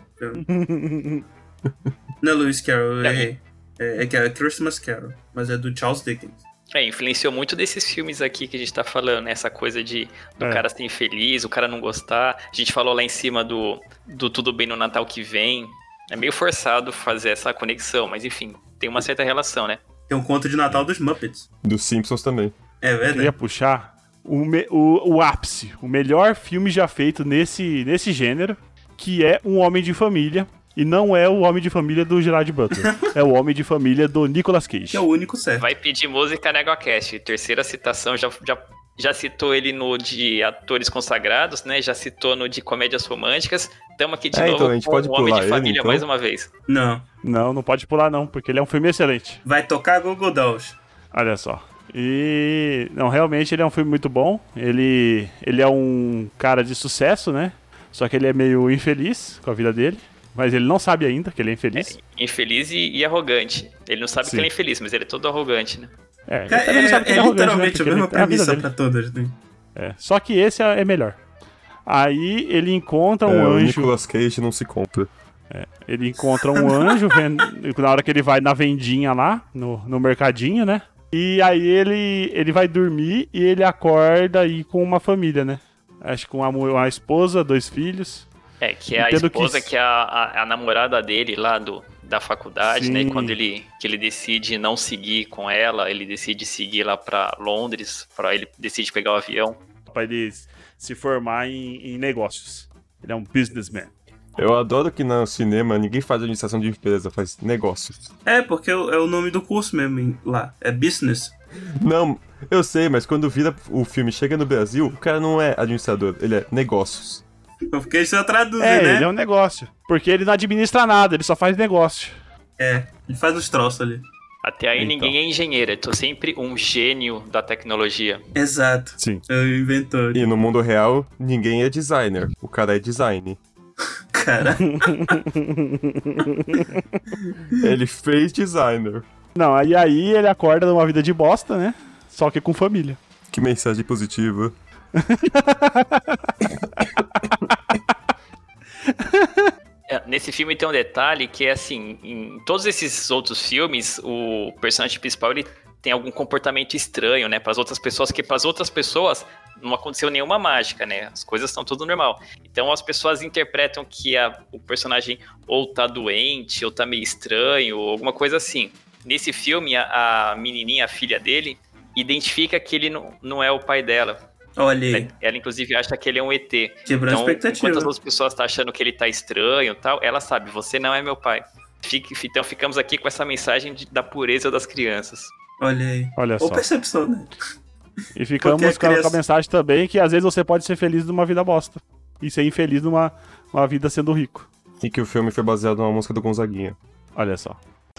Não é Lewis Carroll, eu errei. É, é, é Christmas Carol, mas é do Charles Dickens. É, influenciou muito desses filmes aqui que a gente tá falando, né? Essa coisa de do é. cara ser infeliz, o cara não gostar. A gente falou lá em cima do, do Tudo Bem no Natal que Vem. É meio forçado fazer essa conexão, mas enfim, tem uma certa relação, né? Tem um conto de Natal dos Muppets. Dos Simpsons também. É verdade. Eu queria puxar o, me, o, o ápice, o melhor filme já feito nesse, nesse gênero, que é Um Homem de Família. E não é o Homem de Família do Gerard Butler. É o Homem de Família do Nicolas Cage. Que é o único certo. Vai pedir música na EguaCast. Terceira citação, já, já, já citou ele no de atores consagrados, né? Já citou no de comédias românticas. Estamos aqui de é, novo então, a gente com pode o Homem de ele, Família então? mais uma vez. Não. Não, não pode pular não, porque ele é um filme excelente. Vai tocar Google Dolls. Olha só. E... Não, realmente ele é um filme muito bom. Ele, ele é um cara de sucesso, né? Só que ele é meio infeliz com a vida dele. Mas ele não sabe ainda que ele é infeliz. É, infeliz e, e arrogante. Ele não sabe Sim. que ele é infeliz, mas ele é todo arrogante, né? É, ele é, também não sabe que é, ele é arrogante, literalmente né? a mesma premissa a pra todas, né? É, só que esse é melhor. Aí ele encontra um é, anjo... O Nicolas Cage não se compra. É, ele encontra um anjo vend... na hora que ele vai na vendinha lá, no, no mercadinho, né? E aí ele, ele vai dormir e ele acorda aí com uma família, né? Acho que com uma, uma esposa, dois filhos... É, que é a esposa, que, que é a, a, a namorada dele lá do, da faculdade, Sim. né? E quando ele, que ele decide não seguir com ela, ele decide seguir lá pra Londres, pra, ele decide pegar o avião. Pra ele se formar em, em negócios. Ele é um businessman. Eu adoro que no cinema ninguém faz administração de empresa, faz negócios. É, porque é o nome do curso mesmo lá, é business. Não, eu sei, mas quando vira o filme chega no Brasil, o cara não é administrador, ele é negócios. Porque isso eu traduzo, é, né? ele é um negócio. Porque ele não administra nada, ele só faz negócio. É, ele faz os troços ali. Até aí então. Ninguém é engenheiro, eu tô sempre um gênio da tecnologia. Exato. Sim. É o inventor. E no mundo real, ninguém é designer, o cara é design. Cara. Ele fez designer. Não, aí aí ele acorda numa vida de bosta, né? Só que com família. Que mensagem positiva. Nesse filme tem um detalhe que é assim, em todos esses outros filmes, o personagem principal ele tem algum comportamento estranho, né, para as outras pessoas, que para as outras pessoas não aconteceu nenhuma mágica, né, as coisas estão tudo normal. Então as pessoas interpretam que a, o personagem ou tá doente, ou tá meio estranho, ou alguma coisa assim. Nesse filme, a, a menininha, a filha dele, identifica que ele não, não é o pai dela. Olha aí. Ela, inclusive, acha que ele é um E T. Quebrando então, expectativa. enquanto as outras pessoas estão achando que ele tá estranho e tal, ela sabe, você não é meu pai. Fique, então, ficamos aqui com essa mensagem de, da pureza das crianças. Olha aí. Olha Ou só. percepção, né? E ficamos com a, criança... com a mensagem também que às vezes você pode ser feliz numa vida bosta. E ser infeliz numa uma vida sendo rico. E que o filme foi baseado numa música do Gonzaguinha. Olha só.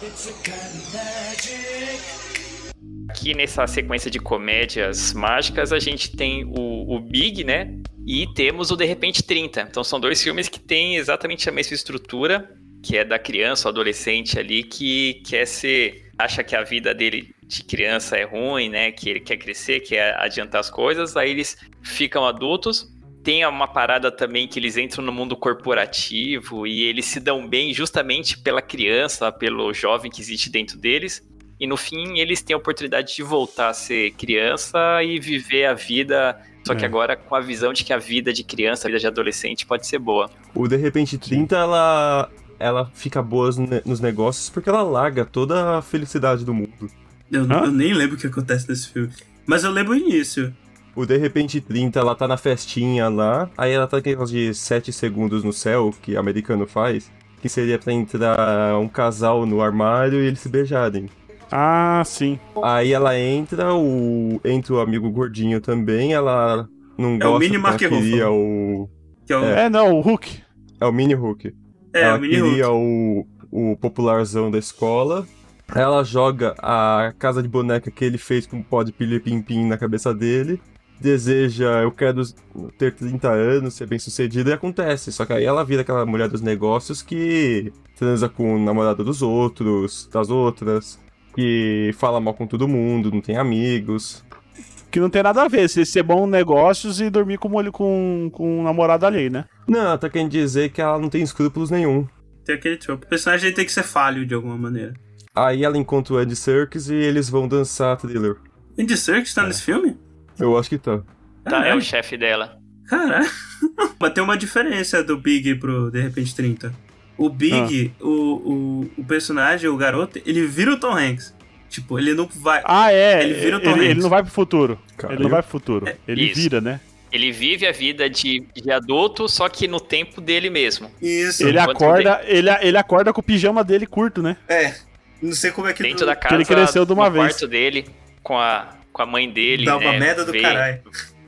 Aqui nessa sequência de comédias mágicas, a gente tem o, o Big, né? E temos o De Repente trinta. Então são dois filmes que têm exatamente a mesma estrutura, que é da criança ou adolescente ali que quer ser... acha que a vida dele de criança é ruim, né? Que ele quer crescer, quer adiantar as coisas. Aí eles ficam adultos. Tem uma parada também que eles entram no mundo corporativo e eles se dão bem justamente pela criança, pelo jovem que existe dentro deles. E no fim, eles têm a oportunidade de voltar a ser criança e viver a vida, só é. que agora com a visão de que a vida de criança, a vida de adolescente pode ser boa. O De Repente trinta, ela, ela fica boa nos negócios porque ela larga toda a felicidade do mundo. Eu, eu nem lembro o que acontece nesse filme, mas eu lembro o início. O De Repente trinta, ela tá na festinha lá, aí ela tá aqueles de sete segundos no céu, que americano faz, que seria pra entrar um casal no armário e eles se beijarem. Ah, sim. Aí ela entra, o entra o amigo gordinho também, ela não é gosta o mini porque ela queria o... Que é, o... É. é, não, o Hulk. É o mini Hulk. É, ela o mini queria Hulk. O, o popularzão da escola. Ela joga a casa de boneca que ele fez com pó de pilim-pim-pim na cabeça dele. Deseja, eu quero ter trinta anos, ser bem sucedido, e acontece. Só que aí ela vira aquela mulher dos negócios que transa com o namorado dos outros, das outras, que fala mal com todo mundo, não tem amigos. Que não tem nada a ver, se ser bom em negócios e dormir com, com, com um namorado alheio, né? Não, tá querendo dizer que ela não tem escrúpulos nenhum. Tem aquele tropo. O personagem tem que ser falho de alguma maneira. Aí ela encontra o Andy Serkis e eles vão dançar Thriller. Andy Serkis tá é. nesse filme? Eu acho que tá. Tá, é o chefe dela. Caralho. Mas tem uma diferença do Big pro De Repente trinta. O Big, ah. o, o, o personagem, o garoto, ele vira o Tom Hanks. Tipo, ele não vai... Ah, é. Ele vira o Tom ele, Hanks. Ele não vai pro futuro. Caralho. Ele não vai pro futuro. É. Ele Isso. vira, né? Ele vive a vida de, de adulto, só que no tempo dele mesmo. Isso. Ele acorda, ele, ele acorda com o pijama dele curto, né? É. Não sei como é que... Dentro tu... da casa, que ele cresceu de uma no vez. quarto dele, com a, com a mãe dele, Dá uma né, merda do vê... caralho.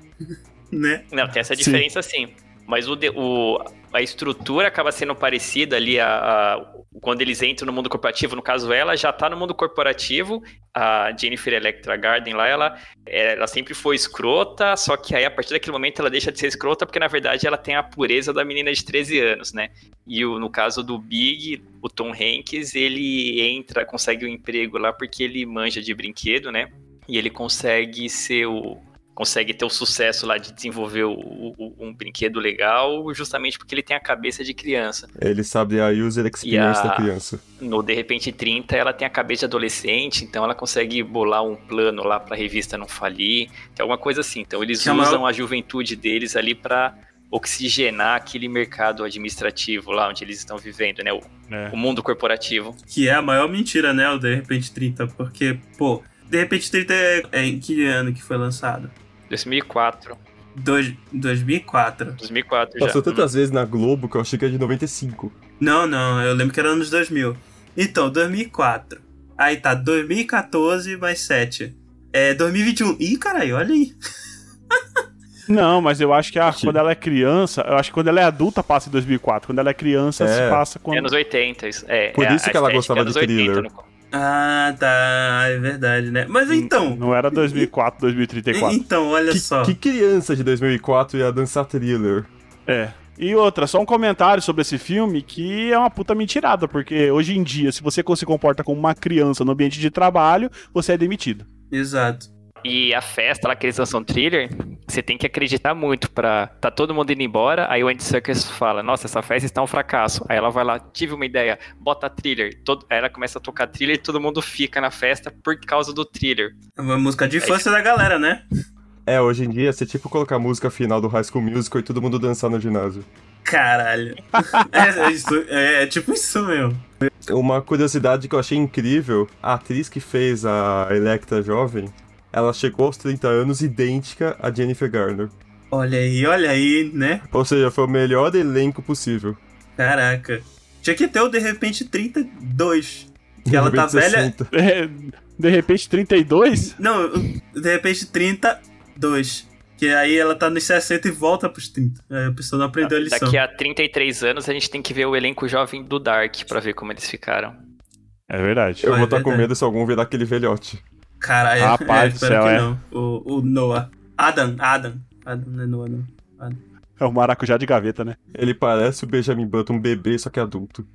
Né? Não, tem essa diferença sim. sim. Mas o, de, o, a estrutura acaba sendo parecida ali, a, a, quando eles entram no mundo corporativo. No caso, ela já tá no mundo corporativo. A Jennifer Electra Garden lá, ela, ela sempre foi escrota, só que aí a partir daquele momento ela deixa de ser escrota, porque na verdade ela tem a pureza da menina de treze anos, né? E o, no caso do Big, o Tom Hanks, ele entra, consegue um emprego lá porque ele manja de brinquedo, né? E ele consegue ser o... consegue ter o sucesso lá de desenvolver o, o, um brinquedo legal, justamente porque ele tem a cabeça de criança. Ele sabe a user experience a, da criança. No De Repente trinta, ela tem a cabeça de adolescente, então ela consegue bolar um plano lá pra revista não falir, que é alguma coisa assim. Então eles que usam é uma... a juventude deles ali pra oxigenar aquele mercado administrativo lá onde eles estão vivendo, né? O, é. o mundo corporativo. Que é a maior mentira, né? O De Repente trinta, porque, pô, De Repente trinta é, é em que ano que foi lançado? dois mil e quatro. Dois, dois mil e quatro. dois mil e quatro já. Passou tantas vezes na Globo que eu achei que era de noventa e cinco. Não, não, eu lembro que era anos dois mil. Então, dois mil e quatro. Aí tá, dois mil e quatorze mais sete. É, dois mil e vinte e um. Ih, caralho, olha aí. Não, mas eu acho que a, quando ela é criança, eu acho que quando ela é adulta passa em dois mil e quatro. Quando ela é criança, é. se passa quando... É anos oitenta, isso. É, Por é isso que ela gostava de Thriller. No... Ah, tá, é verdade, né? Mas então... Não era dois mil e quatro, dois mil e trinta e quatro. Então, olha que, só. Que criança de dois mil e quatro ia dançar Thriller? É. E outra, só um comentário sobre esse filme que é uma puta mentirada, porque hoje em dia, se você se comporta como uma criança no ambiente de trabalho, você é demitido. Exato. E a festa lá que eles lançam Thriller, você tem que acreditar muito pra... Tá todo mundo indo embora, aí o Andy Serkis fala, nossa, essa festa está um fracasso. Aí ela vai lá, tive uma ideia, bota Thriller. Todo... Aí ela começa a tocar Thriller e todo mundo fica na festa por causa do Thriller. É uma música de infância da galera, né? É, hoje em dia, você tipo colocar a música final do High School Musical e todo mundo dançar no ginásio. Caralho. é, é, isso, é, é tipo isso mesmo. Uma curiosidade que eu achei incrível, a atriz que fez a Electra jovem, ela chegou aos trinta anos idêntica a Jennifer Garner. Olha aí, olha aí, né? Ou seja, foi o melhor elenco possível. Caraca. Tinha que ter o De Repente trinta e dois. Que ela tá velha... É, de repente trinta e dois? Não, De Repente trinta e dois. Que aí ela tá nos sessenta e volta pros trinta. Aí a pessoa não aprendeu a lição. Daqui a trinta e três anos a gente tem que ver o elenco jovem do Dark pra ver como eles ficaram. É verdade. Eu é vou estar com verdade. medo se algum virar aquele velhote. Caralho, Rapaz é, do espero céu, que é. não. O, o Noah. Adam, Adam. Adam não é Noah, não. Adam. É o maracujá de gaveta, né? Ele parece o Benjamin Button, um bebê, só que adulto.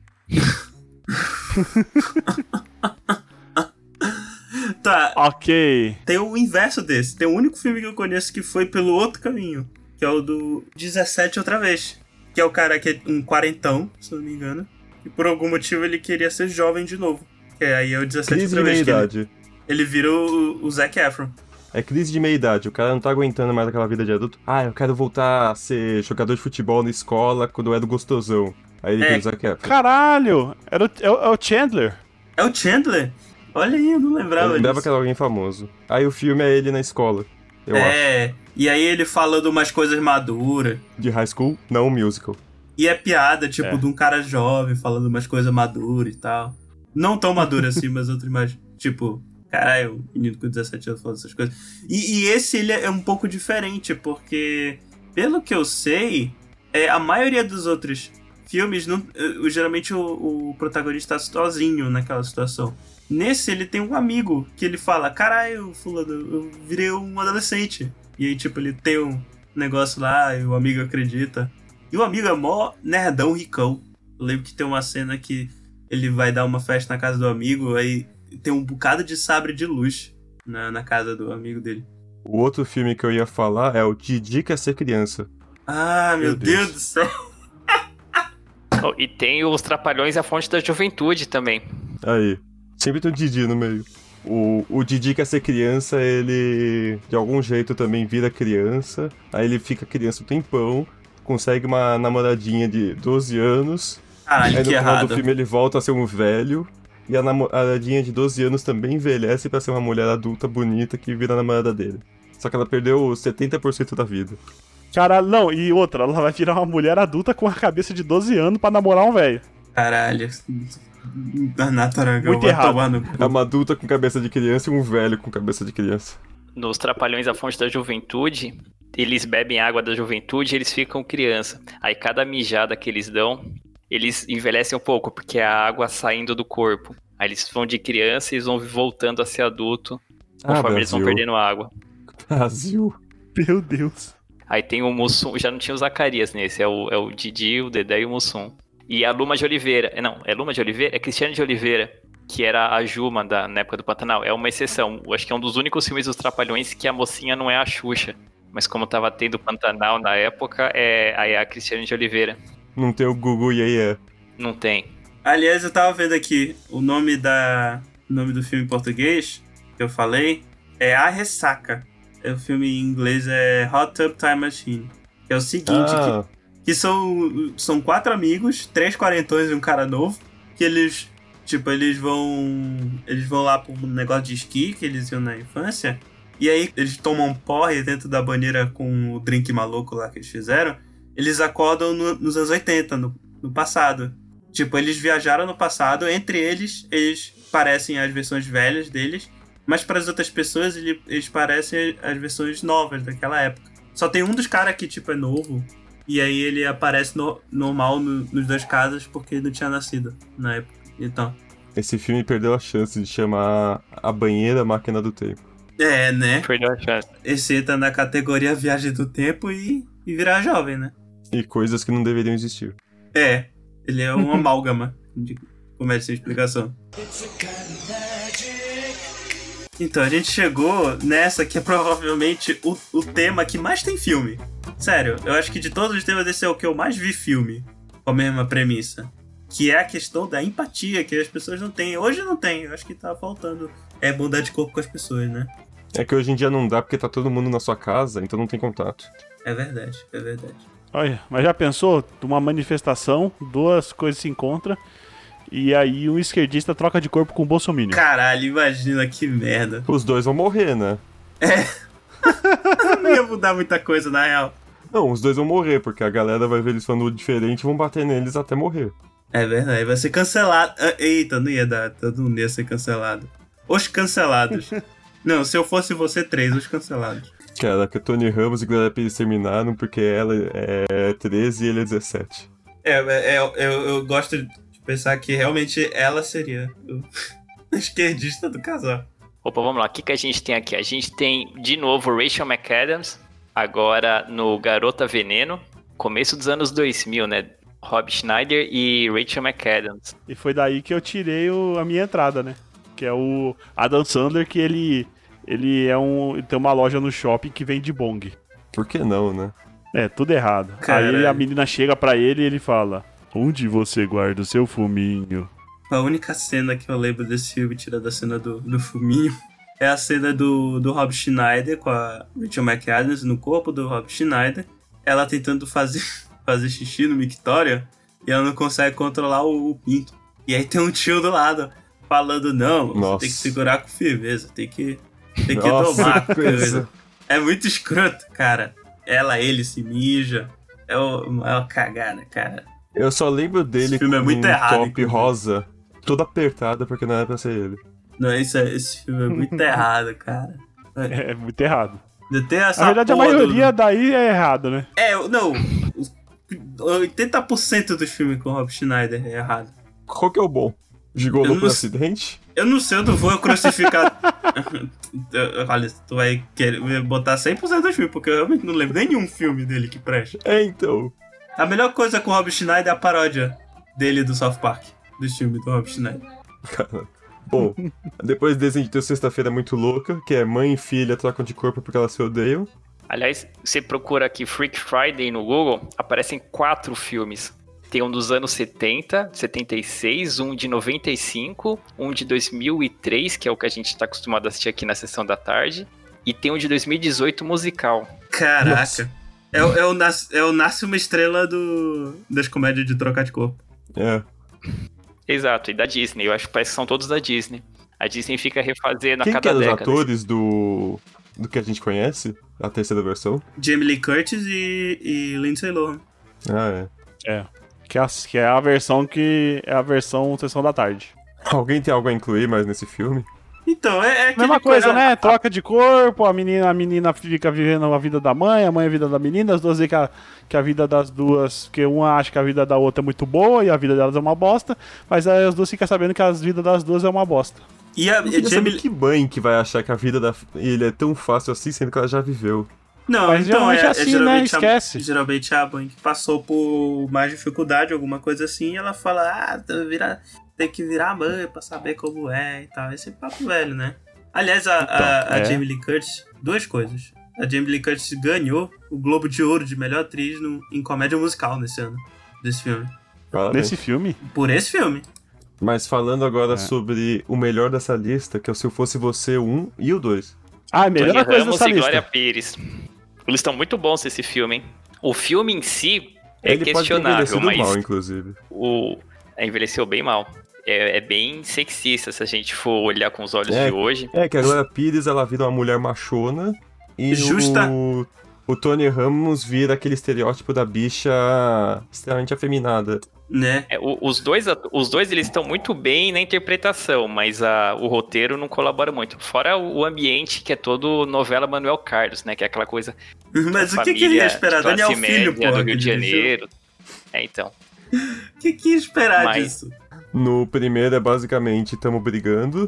Tá, Ok. tem o inverso desse. Tem o único filme que eu conheço que foi pelo outro caminho. Que é o do dezessete outra vez. Que é o cara que é um quarentão, se eu não me engano. E por algum motivo ele queria ser jovem de novo. Que aí é o dezessete Crise de outra vez. Que ele, meia-idade. ele vira o, o Zac Efron. É crise de meia-idade, o cara não tá aguentando mais aquela vida de adulto. Ah, eu quero voltar a ser jogador de futebol na escola quando eu era gostosão. Aí ele É. vira o Zac Efron. Caralho! Era o, é, o, é o Chandler. É o Chandler? Olha aí, eu não Eu lembrava lembrava disso. que era alguém famoso. Aí o filme é ele na escola, eu acho. É, e aí ele falando umas coisas maduras. De high school, não um musical. E é piada, tipo, É. de um cara jovem falando umas coisas maduras e tal. Não tão maduro assim, mas outras mais. Tipo, caralho, o menino com dezessete anos falando essas coisas. E, e esse ele é um pouco diferente, porque, pelo que eu sei, é, a maioria dos outros filmes, não, eh, geralmente o, o protagonista tá sozinho naquela situação. Nesse, ele tem um amigo que ele fala: caralho, fulano, eu virei um adolescente. E aí, tipo, ele tem um negócio lá e o amigo acredita. E o amigo é mó nerdão ricão. Eu lembro que tem uma cena que ele vai dar uma festa na casa do amigo, aí tem um bocado de sabre de luz na, na casa do amigo dele. O outro filme que eu ia falar é o Didi Quer Ser Criança. Ah, meu, Meu Deus. Deus. do céu. Oh, e tem os Trapalhões e a Fonte da Juventude também. Aí, sempre tem um Didi no meio. O, o Didi Quer Ser Criança, ele de algum jeito também vira criança. Aí ele fica criança um tempão, consegue uma namoradinha de doze anos. Caralho, Aí no que final errado. do filme ele volta a ser um velho. E a namoradinha de doze anos também envelhece pra ser uma mulher adulta bonita que vira a namorada dele. Só que ela perdeu setenta por cento da vida. Caralho, não, e outra, ela vai virar uma mulher adulta com a cabeça de doze anos pra namorar um velho. Caralho. Renato Aragão Muito vai errado. tomar no É cu. uma adulta com cabeça de criança e um velho com cabeça de criança. Nos Trapalhões e a Fonte da Juventude, eles bebem água da juventude e eles ficam criança. Aí cada mijada que eles dão, eles envelhecem um pouco, porque é a água saindo do corpo. Aí eles vão de criança e eles vão voltando a ser adulto, conforme Ah, eles vão Brasil. perdendo água. Brasil. Meu Deus. Aí tem o Mussum, já não tinha o Zacarias nesse, é o, é o Didi, o Dedé e o Mussum. E a Luma de Oliveira, é, não, é Luma de Oliveira? É Cristiane de Oliveira, que era a Juma da, na época do Pantanal. É uma exceção, eu acho que é um dos únicos filmes dos Trapalhões que a mocinha não é a Xuxa. Mas como tava tendo Pantanal na época, é, aí é a Cristiane de Oliveira. Não tem o Gugu e aí é. Não tem. Aliás, eu tava vendo aqui o nome da o nome do filme em português que eu falei é A Ressaca. É, o filme em inglês é Hot Tub Time Machine. Que é o seguinte, Ah, que, que são, são quatro amigos, três quarentões e um cara novo, que eles, tipo, eles vão eles vão lá pro negócio de esqui que eles iam na infância, e aí eles tomam porre dentro da banheira com o drink maluco lá que eles fizeram. Eles acordam no- nos anos oitenta, no, no passado. Tipo, eles viajaram no passado, entre eles, eles parecem as versões velhas deles, mas para as outras pessoas, ele- eles parecem as versões novas daquela época. Só tem um dos caras que, tipo, é novo, e aí ele aparece no- normal no- nos dois casos porque ele não tinha nascido na época. Então, esse filme perdeu a chance de chamar A Banheira Máquina do Tempo. é, né? Perdeu a chance. Esse entra na categoria Viagem do Tempo e, e virar jovem, né? E coisas que não deveriam existir. É, ele é um amálgama de comédia sem explicação. Então, a gente chegou nessa que é provavelmente o, o tema que mais tem filme. Sério, eu acho que de todos os temas esse é o que eu mais vi filme com a mesma premissa. Que é a questão da empatia, que as pessoas não têm. Hoje não tem, eu acho que tá faltando. É bondade de corpo com as pessoas, né? É que hoje em dia não dá porque tá todo mundo na sua casa, então não tem contato. É verdade, é verdade. Olha, mas já pensou? Uma manifestação, duas coisas se encontram, e aí um esquerdista troca de corpo com o bolsominion. Caralho, imagina que merda. Os dois vão morrer, né? É. Não ia mudar muita coisa, na real. Não, os dois vão morrer, porque a galera vai ver eles falando diferente e vão bater neles até morrer. É verdade, vai ser cancelado. Eita, não ia dar, todo mundo ia ser cancelado. Os cancelados. Não, se eu fosse você, três, os cancelados. Caraca, Tony Ramos e Glória Pires terminaram porque ela é treze e ele é dezessete. É, é eu, eu gosto de pensar que realmente ela seria o esquerdista do casal. Opa, vamos lá, o que, que a gente tem aqui? A gente tem, de novo, Rachel McAdams, agora no Garota Veneno, começo dos anos dois mil, né? Rob Schneider e Rachel McAdams. E foi daí que eu tirei o, a minha entrada, né? Que é o Adam Sandler, que ele, ele é um, ele tem uma loja no shopping que vende bong. Por que não, né? É, tudo errado. Caralho. Aí a menina chega pra ele e ele fala: onde você guarda o seu fuminho? A única cena que eu lembro desse filme, tirando a cena do, do fuminho, é a cena do, do Rob Schneider com a Rachel McAdams no corpo do Rob Schneider. Ela tentando fazer, fazer xixi no mictório e ela não consegue controlar o, o pinto. E aí tem um tio do lado falando, não, você Nossa. tem que segurar com firmeza, tem que, tem que Nossa, domar a que coisa. coisa. É muito escroto, cara. Ela, ele se mija. É uma, é uma cagada, cara. Eu só lembro dele Esse filme é com muito um errado, top inclusive. rosa, toda apertada porque não era pra ser ele. Não, isso é, esse filme é muito errado, cara. É muito errado. Ainda tem essa Na verdade, a porra do- maioria daí é errado, né? É, não. os- oitenta por cento dos filmes com o Rob Schneider é errado. Qual que é o bom? Gigolô Eu não por sei. acidente? Eu não sei, eu não vou crucificar. Olha, tu vai querer botar cem por cento dos filmes, porque eu realmente não lembro nenhum filme dele que preste. É, então. A melhor coisa com o Rob Schneider é a paródia dele do South Park, do filme do Rob Schneider. Caraca. Bom, depois desse a gente tem o Sexta-feira Muito Louca, que é mãe e filha trocam de corpo porque elas se odeiam. Aliás, você procura aqui Freak Friday no Google, aparecem quatro filmes. Tem um dos anos setenta, setenta e seis, um de noventa e cinco, um de dois mil e três, que é o que a gente tá acostumado a assistir aqui na sessão da tarde, e tem um de dois mil e dezoito musical. Caraca. Nossa. É, o- é, o nas, é o Nasce uma Estrela do, das comédias de trocar de corpo. É. Exato, e da Disney, eu acho que parece que são todos da Disney. A Disney fica refazendo Quem a que cada eram os década. atores do... do que a gente conhece? A terceira versão? Jamie Lee Curtis e, e Lindsay Lohan. Ah, é. É. Que é, a, que é a versão que é a versão Sessão da Tarde. Alguém tem algo a incluir mais nesse filme? Então, é, é aquele Mesma coisa, coisa- né? Troca de corpo, a menina, a menina fica vivendo a vida da mãe, a mãe a vida da menina, as duas dizem que a, que a vida das duas, que uma acha que a vida da outra é muito boa e a vida delas é uma bosta, mas aí as duas ficam sabendo que a vida das duas é uma bosta. E a, Eu queria a saber Jamie... que mãe que vai achar que a vida da filha é tão fácil assim, sendo que ela já viveu. Não, Mas então geralmente é, é assim, né? geralmente Esquece. A, geralmente é a mãe que passou por mais dificuldade, alguma coisa assim, e ela fala, ah, tem que virar, tem que virar mãe pra saber como é e tal. Esse papo velho, né? Aliás, a, a, Então, a é. Jamie Lee Curtis, duas coisas. A Jamie Lee Curtis ganhou o Globo de Ouro de melhor atriz no, em comédia musical nesse ano, desse filme. Parabéns. Nesse filme, Por esse filme. Mas falando agora É. sobre o melhor dessa lista, que é o Se Eu Fosse Você, o um e o dois. ah, a melhor Tony coisa Ramos dessa e lista. Glória Pires. Eles estão muito bons esse filme, hein? O filme em si é Ele pode ter questionável, envelhecido mas mal, inclusive. o é, envelheceu bem mal. É, é bem sexista se a gente for olhar com os olhos É. de hoje. É, que a Glória Pires, ela vira uma mulher machona e Justa. o, o Tony Ramos vira aquele estereótipo da bicha extremamente afeminada. Né? É, o- os, dois, at- os dois eles estão muito bem na interpretação, mas a- o roteiro não colabora muito. Fora o, o ambiente, que é todo novela Manuel Carlos, né? Que é aquela coisa Mas da o que, que ele ia família esperar? de classe Daniel Filho, média pô. do Rio de Janeiro. É, então. O que, que ia esperar Mas- disso? No primeiro é basicamente tamo brigando,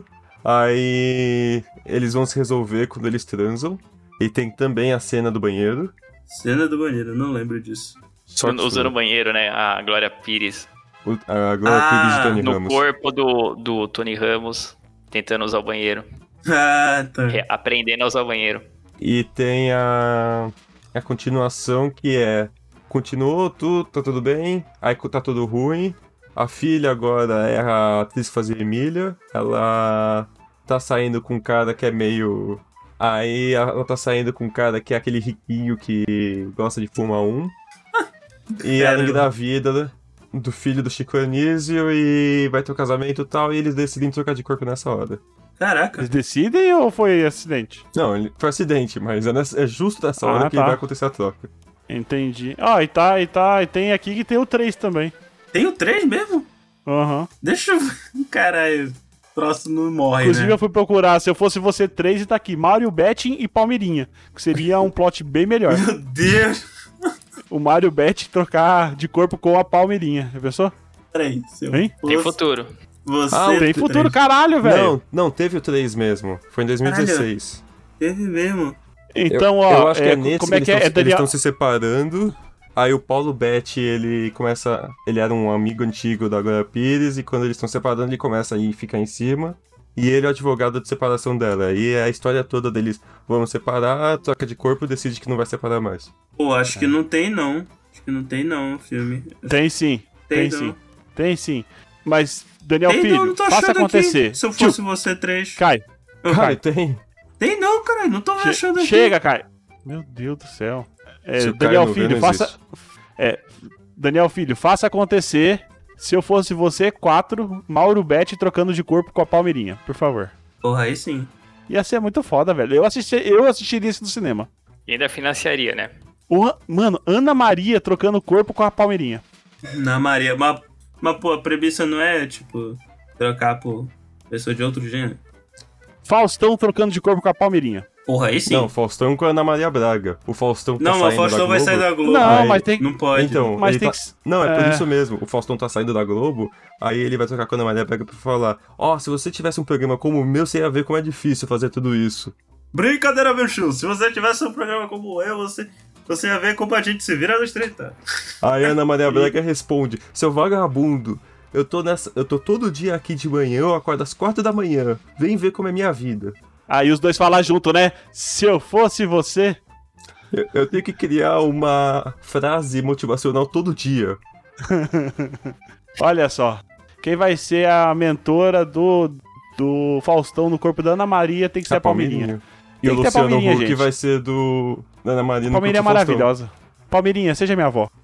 aí eles vão se resolver quando eles transam. E tem também a cena do banheiro. Cena do banheiro, não lembro disso. Sorte usando sua. o banheiro, né? A Glória Pires. O- a Glória Ah, Pires de Tony No Ramos. corpo do, do Tony Ramos, tentando usar o banheiro. Ah, tá. re- Aprendendo a usar o banheiro. E tem a, a continuação que é... Continuou, tudo, tá tudo bem, aí tá tudo ruim. A filha agora é a atriz que fazia Emília. Ela tá saindo com um cara que é meio... Aí ela tá saindo com um cara que é aquele riquinho que gosta de fumar um. E ela Caramba. engravida do filho do Chico Anísio e vai ter o casamento e tal, e eles decidem trocar de corpo nessa hora. Caraca. Eles decidem ou foi acidente? Não, ele- foi acidente, mas é, nessa- é justo nessa Ah, hora que tá. vai acontecer a troca. Entendi. Ah, e tá, e tá, e tem aqui que tem o três também. Tem o três mesmo? Aham. Deixa eu... Caralho, o troço não morre, Inclusive né? eu fui procurar, se eu fosse você três e tá aqui, Mario Betting e Palmeirinha, que seria um plot bem melhor. Meu Deus. O Mario Bet trocar de corpo com a Palmeirinha, já pensou? Peraí, se eu Hein? Tem fosse futuro. Você Ah, Tem três. futuro, caralho, velho. Não, não, teve o três mesmo. Foi em dois mil e dezesseis. Teve mesmo. Então, eu, ó, eu acho que é, é, nesse como é que que é? eles É Daniel... estão se separando. Aí o Paulo Betti, ele começa... Ele era um amigo antigo da Glória Pires, e quando eles estão separando, ele começa a ir ficar em cima. E ele é o advogado de separação dela. E a história toda deles, vamos separar, troca de corpo, decide que não vai separar mais. Pô, acho que não tem não. Acho que não tem não o filme. Tem sim, tem, Tem, não. sim, tem sim. Mas, Daniel Tem Filho, não, não tô faça achando acontecer. aqui. Se eu Tio, fosse você três. Cai, Cara, Cai. tem. Tem não, caralho. Não tô che- achando aqui. chega, Cai. Meu Deus do céu. É, Se o Caio Daniel não vê, Filho, não faça... existe. É, Daniel Filho, faça acontecer. Se eu fosse você, quatro, Mauro Bet trocando de corpo com a Palmeirinha, por favor. Porra, aí sim. Ia ser muito foda, velho. Eu, assisti, eu assistiria isso no cinema. E ainda financiaria, né? O- mano, Ana Maria trocando corpo com a Palmeirinha. Na Maria. Mas, mas, pô, a premissa não é, tipo, trocar por pessoa de outro gênero. Faustão trocando de corpo com a Palmeirinha. Porra, aí sim. Não, Faustão com a Ana Maria Braga. O Faustão tá Não, saindo mas o Faustão da vai Globo. sair da Globo. Não, Aí- mas tem que... Não pode. Então, Mas ele tem tá... que- Não, é por é. isso mesmo. O Faustão tá saindo da Globo, aí ele vai trocar com a Ana Maria Braga pra falar: Ó, se você tivesse um programa como o meu, você ia ver como é difícil fazer tudo isso. Brincadeira, meu chulo. Se você tivesse um programa como eu, você, você ia ver como a gente se vira nos trinta. Aí a Ana Maria Braga responde: Seu vagabundo, eu tô nessa. Eu tô todo dia aqui de manhã, eu acordo às quatro da manhã. Vem ver como é minha vida. Aí os dois falam junto, né? Se eu fosse você... Eu, eu tenho que criar uma frase motivacional todo dia. Olha só. Quem vai ser a mentora do, do Faustão no corpo da Ana Maria tem que ser a, Palmeirinha. E Tem o que ter Luciano Palmeirinha, Huck gente. vai ser do. Da Ana Maria no Palmeirinha é corpo do Faustão. maravilhosa. Palmeirinha, seja minha avó.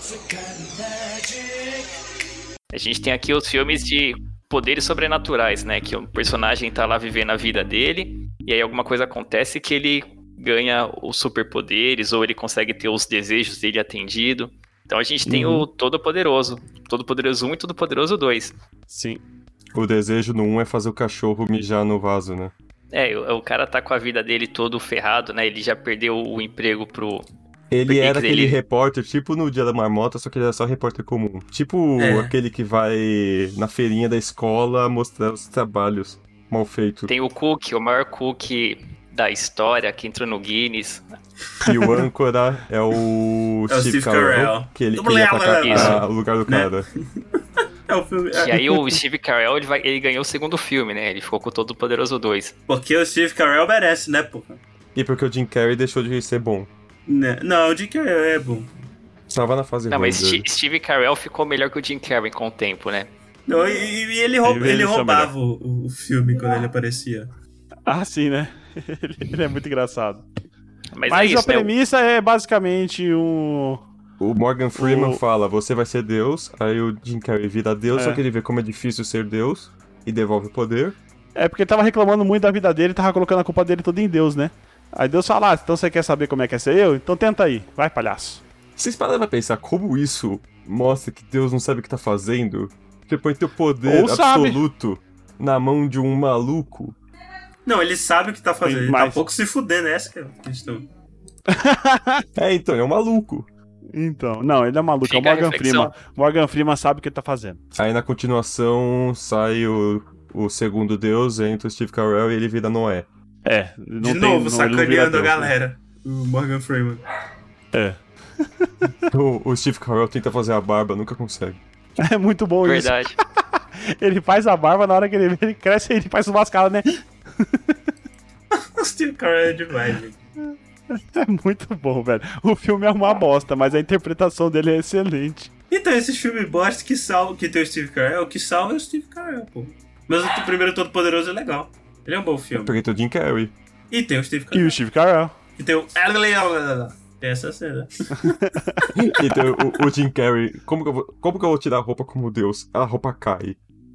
A gente tem aqui os filmes de poderes sobrenaturais, né? Que o personagem tá lá vivendo a vida dele, e aí alguma coisa acontece que ele ganha os superpoderes, ou ele consegue ter os desejos dele atendido. Então a gente tem Uhum. o Todo-Poderoso. Todo-Poderoso um e Todo-Poderoso dois. Sim. O desejo no um é fazer o cachorro mijar no vaso, né? É, o, o cara tá com a vida dele todo ferrado, né? Ele já perdeu o emprego pro... Ele Porque era que aquele ele- repórter, tipo no Dia da Marmota, só que ele era só repórter comum. Tipo É. aquele que vai na feirinha da escola mostrar os trabalhos mal feitos. Tem o Cook, o maior Cook da história, que entrou no Guinness. E o âncora é o É o Steve Steve Carell, Carell. que ele queria atacar Isso. a- o lugar do Né? cara. É o filme. E aí o Steve Carell, ele, vai, ele ganhou o segundo filme, né? Ele ficou com o Todo-Poderoso dois. Porque o Steve Carell merece, né, porra? E porque o Jim Carrey deixou de ser bom. Né? Não, o Jim Carrell é bom. Tava na fase Não, ruim mas dele. Sti- Steve Carell ficou melhor que o Jim Carrey com o tempo, né? Não, e, e ele, roub, Ele- ele eles são roubava o, o filme quando ele aparecia. Ah, sim, né? Ele, ele é muito engraçado. Mas, Mas, é isso, a premissa é basicamente um... O Morgan Freeman O- fala, você vai ser Deus, aí o Jim Carrey vira Deus, É. só que ele vê como é difícil ser Deus, e devolve o poder. É porque ele tava reclamando muito da vida dele e tava colocando a culpa dele toda em Deus, né? Aí Deus fala, ah, então você quer saber como é que é ser eu? Então tenta aí. Vai, palhaço. Vocês pararam pra pensar como isso mostra que Deus não sabe o que tá fazendo? Você põe teu poder Ou sabe. absoluto na mão de um maluco. Não, ele sabe o que tá fazendo. Ele tá Mas- um pouco se fudendo, essa que é a questão. É, então, ele é um maluco. Então, não, ele é maluco, Fica é o a Morgan reflexão. Freeman. Morgan Freeman sabe o que ele tá fazendo. Aí na continuação sai o, o segundo Deus, entra o Steve Carell e ele vira Noé. É, não De tem, novo, não, ele não vira sacaneando a Deus, né? galera. O Morgan Freeman. É. O, o Steve Carell tenta fazer a barba, nunca consegue. É muito bom Verdade. isso. Ele faz a barba, na hora que ele, ele cresce, ele faz umas caras, né? O Steve Carell é demais, gente. É muito bom, velho. O filme é uma bosta, mas a interpretação dele é excelente. Então, esses filmes bosta que salvam, que tem o Steve Carell, o que salva é o Steve Carell, pô. Mas o primeiro Todo Poderoso é legal. Ele é um bom filme. Porque tem o Jim Carrey. E tem o Steve E Carell. o Steve Carell. E tem o... Tem essa cena. E tem o, o Jim Carrey. Como que, eu vou, como que eu vou tirar a roupa como Deus? A roupa cai.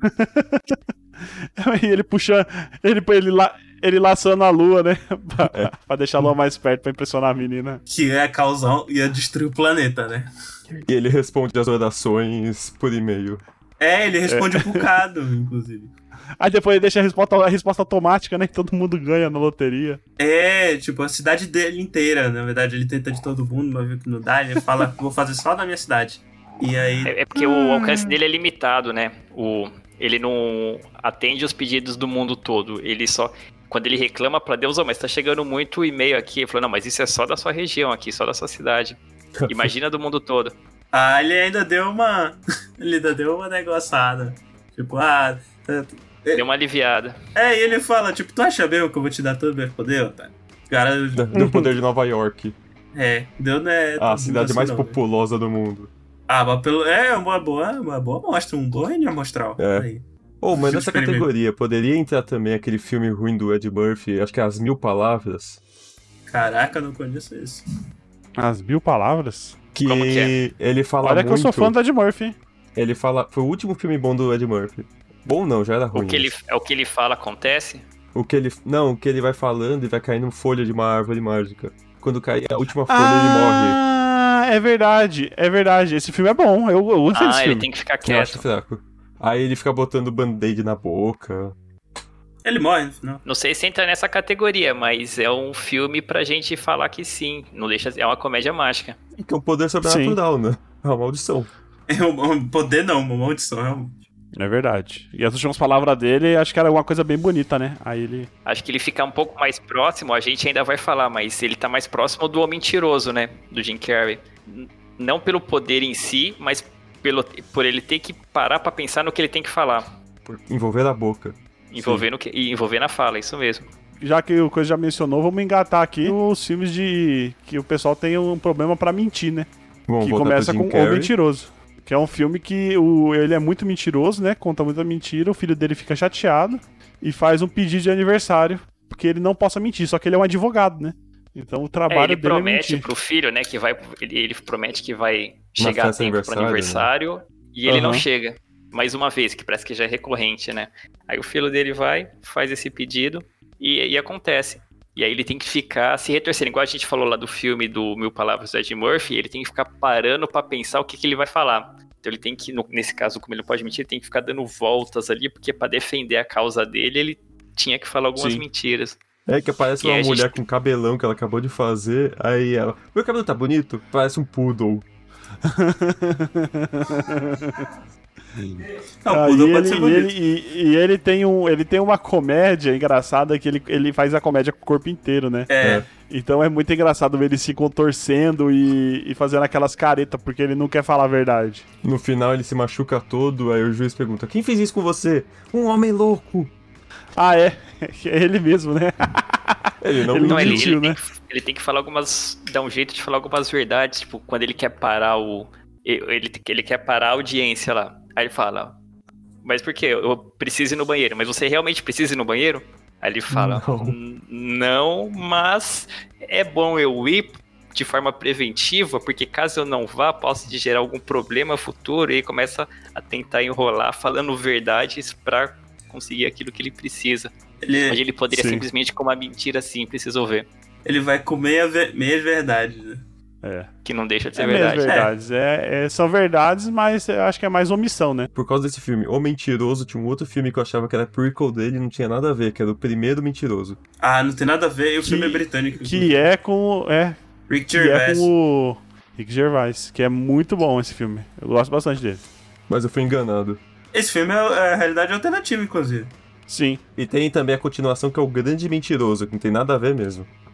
E ele puxa. Ele, ele, la, ele laçando a lua, né? Pra, É. pra deixar a lua mais perto, pra impressionar a menina. Que é causar, ia destruir o planeta, né? E ele responde as orações por e-mail. É, ele responde um bocado, inclusive. Aí depois ele deixa a resposta, a resposta automática, né? Que todo mundo ganha na loteria. É, tipo, a cidade dele inteira, na verdade, ele tenta de todo mundo, mas viu que não dá, ele fala, vou fazer só da minha cidade. E aí... É, é porque o alcance dele é limitado, né? O, ele não atende os pedidos do mundo todo. Ele só... Quando ele reclama pra Deus, oh, mas tá chegando muito e-mail aqui. Ele falou, não, mas isso é só da sua região aqui, só da sua cidade. Imagina do mundo todo. Ah, ele ainda deu uma... ele ainda deu uma negociada. Tipo, ah... Deu uma aliviada. É, e ele fala, tipo, tu acha mesmo que eu vou te dar todo o meu poder, otário? Cara, Do poder de Nova York. é, deu, né? A cidade mais não, né? populosa do mundo. Ah, mas pelo... É, uma boa, uma boa mostra, um bom reino amostral. É. Aí. Oh, mas Filme nessa experimento. categoria, poderia entrar também aquele filme ruim do Ed Murphy, acho que é As Mil Palavras. Caraca, eu não conheço isso. As mil palavras. Que, Como que é? ele fala Olha muito... que eu sou fã do Ed Murphy, hein? Ele fala... Foi o último filme bom do Ed Murphy. Bom não, já era ruim. O que ele, é o que ele fala acontece. O que ele... Não, o que ele vai falando e vai caindo folha de uma árvore mágica. Quando cai a última folha, ele morre. Ah, é verdade, é verdade. Esse filme é bom, eu, eu gostei desse Ah, ele filme. tem que ficar Que eu acho quieto. fraco. Aí ele fica botando band-aid na boca. Ele morre no final. Não sei se entra nessa categoria, mas é um filme pra gente falar que sim. Não deixa, é uma comédia mágica. Que é um poder sobrenatural, né? É uma maldição. É um poder não, uma maldição, realmente. É verdade. E as últimas palavras dele, acho que era alguma coisa bem bonita, né? Aí ele... Acho que ele fica um pouco mais próximo, a gente ainda vai falar, mas ele tá mais próximo do O Mentiroso, né? Do Jim Carrey. N- Não pelo poder em si, mas pelo, por ele ter que parar pra pensar no que ele tem que falar. Por envolver a boca. Envolver, no que, e envolver na fala, isso mesmo. Já que o Coisa já mencionou, vamos engatar aqui os filmes de... que o pessoal tem um problema pra mentir, né? Vamos que voltar começa pro Jim com O Carrey. Mentiroso. Que é um filme que o, ele é muito mentiroso, né? Conta muita mentira, o filho dele fica chateado e faz um pedido de aniversário, porque ele não possa mentir, só que ele é um advogado, né? Então o É, trabalho ele dele é promete mentir. pro filho, né, que vai. Ele, ele promete que vai chegar a festa tempo pro aniversário, aniversário e ele não Aham. chega. Mais uma vez, que parece que já é recorrente, né? Aí o filho dele vai, faz esse pedido e, e acontece. E aí ele tem que ficar se retorcendo. Igual a gente falou lá do filme do Mil Palavras do Ed Murphy, ele tem que ficar parando pra pensar o que, que ele vai falar. Então ele tem que, no- nesse caso, como ele não pode mentir, ele tem que ficar dando voltas ali, porque pra defender a causa dele, ele tinha que falar algumas Sim. mentiras. É que aparece E uma aí a gente- mulher com cabelão que ela acabou de fazer, aí ela... Meu cabelo tá bonito? Parece um poodle. Não, o Ah, Poodle e, pode ele, ser e, bonito. ele, e, e ele tem um, ele tem uma comédia engraçada que ele, ele faz a comédia com o corpo inteiro, né? É, Então é muito engraçado ver ele se contorcendo e, e fazendo aquelas caretas porque ele não quer falar a verdade. No final ele se machuca todo, aí o juiz pergunta: quem fez isso com você? Um homem louco. Ah, é? É ele mesmo, né? Ele não, Ele Não, ele, mentiu, ele, tem né? que, ele tem que falar algumas. Dar um jeito de falar algumas verdades. Tipo, quando ele quer parar o. Ele, ele quer parar a audiência lá. Aí ele fala: mas por quê? Eu preciso ir no banheiro. Mas você realmente precisa ir no banheiro? Aí ele fala: Não. "N- não, mas é bom eu ir de forma preventiva, porque caso eu não vá, posso te gerar algum problema futuro. E aí começa a tentar enrolar, falando verdades pra conseguir aquilo que ele precisa. ele, Onde ele poderia Sim. simplesmente com uma mentira simples resolver. ele vai comer a ve- meias verdades, né? É. Que não deixa de ser É mesmo verdade. verdades. É, é- são verdades, mas eu acho que é mais omissão, né? Por causa desse filme, O Mentiroso, tinha um outro filme que eu achava que era prequel dele e não tinha nada a ver, que era o primeiro Mentiroso. Ah, não tem nada a ver, e o Que- filme é britânico. Que é com. É, Rick que é Gervais. com o Rick Gervais, que é muito bom esse filme. Eu gosto bastante dele. Mas eu fui enganado. Esse filme é, é a realidade alternativa, inclusive. Sim. E tem também a continuação que é O Grande Mentiroso, que não tem nada a ver mesmo.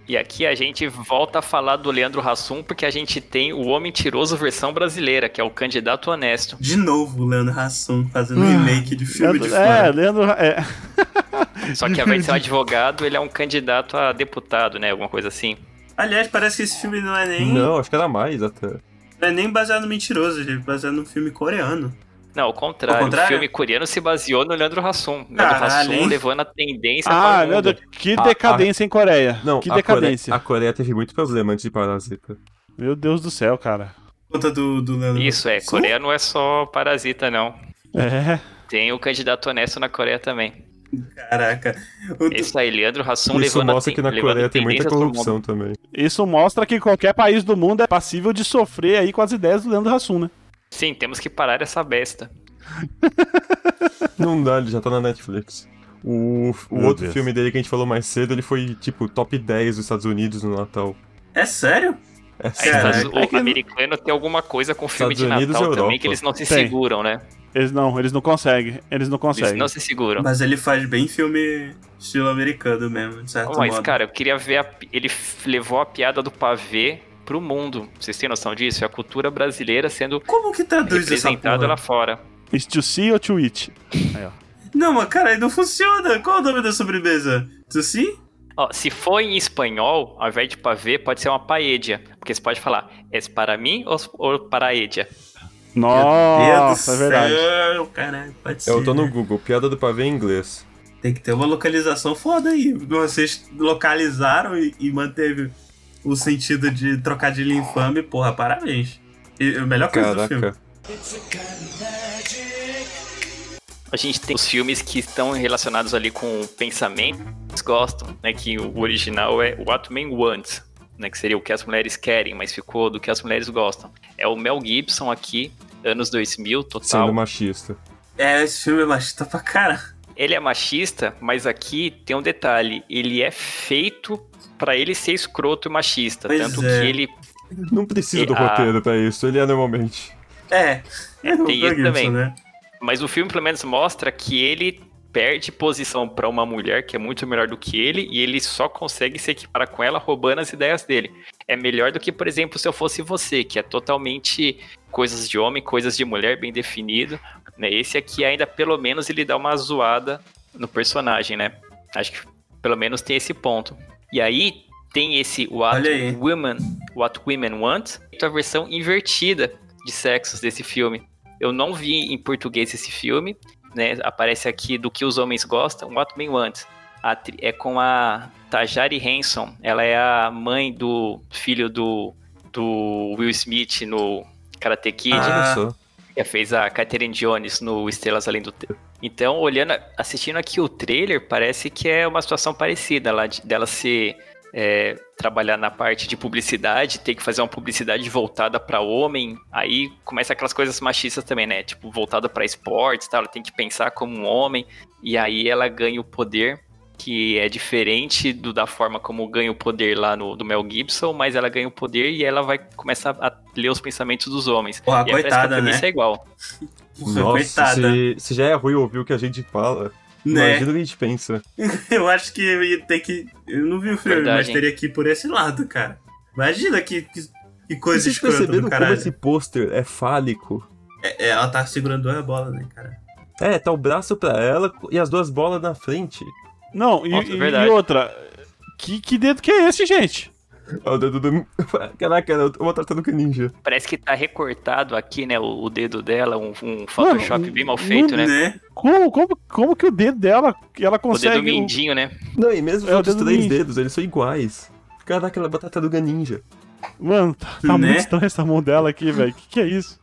E aqui a gente volta a falar do Leandro Hassum, porque a gente tem o Homem Mentiroso versão brasileira, que é o Candidato Honesto. De novo o Leandro Hassum fazendo um remake de filme Leandro, de fora. É, Leandro... É. Só que ao invés de ser um advogado, ele é um candidato a deputado, né? Alguma coisa assim. Aliás, parece que esse filme não é nem... Não, acho que era mais até. Não é nem baseado no Mentiroso, ele é baseado num filme coreano. Não, ao contrário. Ao contrário? O filme coreano se baseou no Leandro Hassum. Leandro Caralho, Hassum hein? levando a tendência Ah, para o meu mundo. Deus, que decadência em Coreia. Não, que a decadência. Coreia, a Coreia teve muito problema antes de Parasita. Meu Deus do céu, cara. Conta do, do Leandro Isso, é. Hassum? Coreia não é só parasita, não. É. Tem o Candidato Honesto na Coreia também. Caraca. O do- Isso aí, Leandro Hassum Isso levando mostra a, que na levando Coreia tem muita tendências pro mundo. corrupção também. Isso mostra que qualquer país do mundo é passível de sofrer aí com as ideias do Leandro Hassum, né? Sim, temos que parar essa besta. Não dá, ele já tá na Netflix. O, o Meu outro Deus. filme dele que a gente falou mais cedo, ele foi, tipo, top dez dos Estados Unidos no Natal. É sério? É Aí, sério. Caraca. Estados- o americano tem alguma coisa com filme Estados de Unidos e Natal também Europa. que eles não se Tem. seguram, né? Eles não, eles não conseguem. Eles não Eles conseguem. não se seguram. Mas ele faz bem filme estilo americano mesmo, de certo Oh, mas, modo. cara, eu queria ver. A... Ele f- levou a piada do pavê pro mundo. Vocês têm noção disso? É a cultura brasileira sendo Como que traduz essa representada porra? lá fora. Is to see ou to eat? Aí, ó. Não, mas cara, aí não funciona. Qual é o nome da sobremesa? Tu sim? Ó, se for em espanhol, ao invés de pavê, pode ser uma paella. Porque você pode falar, é para mim ou, ou para a Edia? Nossa, é verdade. Céu, caralho, pode ser. Eu tô no né? Google, piada do pavê em inglês. Tem que ter uma localização foda aí. Vocês localizaram e, e manteve o sentido de trocadilho infame, porra, parabéns. E a melhor coisa do filme. Caraca. A gente tem os filmes que estão relacionados ali com o pensamento, eles gostam, né? Que o original é What Men Want, né? Que seria o que as mulheres querem, mas ficou do que as mulheres gostam. É o Mel Gibson aqui, anos dois mil, total. Sendo machista. É, esse filme é machista pra caralho. Ele é machista, mas aqui tem um detalhe. Ele é feito pra ele ser escroto e machista. Pois tanto é. que ele Não precisa E do a- roteiro pra isso, ele é normalmente. É, É, o tem Mel isso Gibson, também. né? Mas o filme, pelo menos, mostra que ele perde posição pra uma mulher que é muito melhor do que ele e ele só consegue se equiparar com ela roubando as ideias dele. É melhor do que, por exemplo, se eu fosse você, que é totalmente coisas de homem, coisas de mulher, bem definido. Né? Esse aqui ainda, pelo menos, ele dá uma zoada no personagem, né? Acho que pelo menos tem esse ponto. E aí tem esse What Olha aí. Women, What Women Want, a versão invertida de sexos desse filme. Eu não vi em português esse filme, né? Aparece aqui do que os homens gostam, What Men Want. A tri- é com a Tajari Henson. Ela é a mãe do filho do, do Will Smith no Karate Kid. Ah. Olha só. Que fez a Catherine Jones no Estrelas Além do Tempo. Então, olhando, assistindo aqui o trailer, parece que é uma situação parecida lá de, dela ser é, trabalhar na parte de publicidade, ter que fazer uma publicidade voltada para homem. Aí começa aquelas coisas machistas também, né? Tipo, voltada para esportes, tá? Ela tem que pensar como um homem. E aí ela ganha o poder, que é diferente do, da forma como ganha o poder lá no do Mel Gibson, mas ela ganha o poder e ela vai começar a ler os pensamentos dos homens. Porra, e aí parece que a coitada, premissa né? é igual. Nossa, Coitada. se, se já é ruim ouvir o que a gente fala, Né? imagina o que a gente pensa. Eu acho que eu ia ter que. Eu não vi o filme, Verdade, mas hein? teria que ir por esse lado, cara. Imagina que, que, que E coisa vocês escrota perceberam do como caralho. esse pôster é fálico? É, é, ela tá segurando duas bolas, né, cara? É, tá o braço pra ela e as duas bolas na frente. Não, e, Nossa, é e- verdade. e outra. Que, que dedo que é esse, gente? Ó, o dedo do... Caraca, era uma tartaruga ninja. Parece que tá recortado aqui, né, o, o dedo dela, um, um Photoshop Mano, bem mal feito, né? Né? Como, como, como que o dedo dela, ela O consegue... dedo mindinho, né? Não, e mesmo os É o outros dedo três ninja. dedos, eles são iguais. Caraca, ela é uma tartaruga ninja. Mano, tá, tá Né? muito estranha essa mão dela aqui, velho. Que que é isso?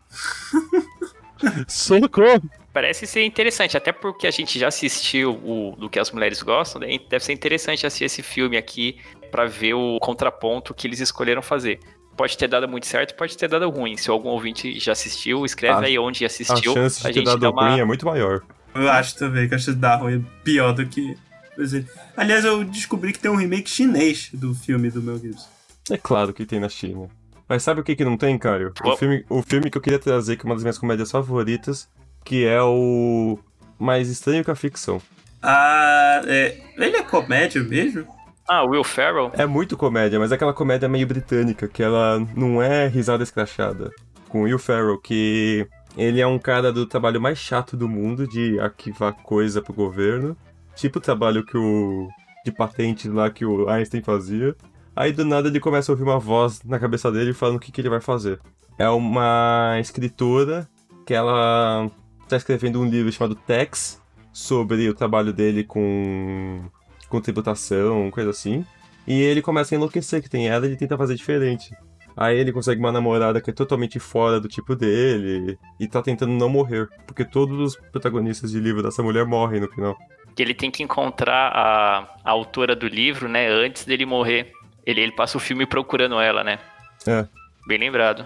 Socorro! Parece ser interessante, até porque a gente já assistiu o do que as mulheres gostam, né? Deve ser interessante assistir esse filme aqui pra ver o contraponto que eles escolheram fazer. Pode ter dado muito certo, pode ter dado ruim. Se algum ouvinte já assistiu, escreve A- aí onde A assistiu. chance de a ter gente dado dá uma... ruim é muito maior. Eu acho também que a chance de dar ruim é pior do que. Quer dizer, aliás, eu descobri que tem um remake chinês do filme do Mel Gibson. É claro que tem na China. Mas sabe o que que não tem, Caio? O Qual? filme, o filme que eu queria trazer, que é uma das minhas comédias favoritas, que é o Mais Estranho que a Ficção. Ah, é. Ele é comédia mesmo? Ah, Will Ferrell? É muito comédia, mas é aquela comédia meio britânica, que ela não é risada escrachada. Com o Will Ferrell, que ele é um cara do trabalho mais chato do mundo, de arquivar coisa pro governo. Tipo o trabalho que o de patentes lá que o Einstein fazia. Aí do nada ele começa a ouvir uma voz na cabeça dele falando o que, que ele vai fazer. É uma escritora que ela tá escrevendo um livro chamado Tax, sobre o trabalho dele com... com tributação, coisa assim. E ele começa a enlouquecer que tem ela e ele tenta fazer diferente. Aí ele consegue uma namorada que é totalmente fora do tipo dele e tá tentando não morrer. Porque todos os protagonistas de livro dessa mulher morrem no final. Que ele tem que encontrar a, a autora do livro, né, antes dele morrer. Ele, ele passa o filme procurando ela, né? É. Bem lembrado.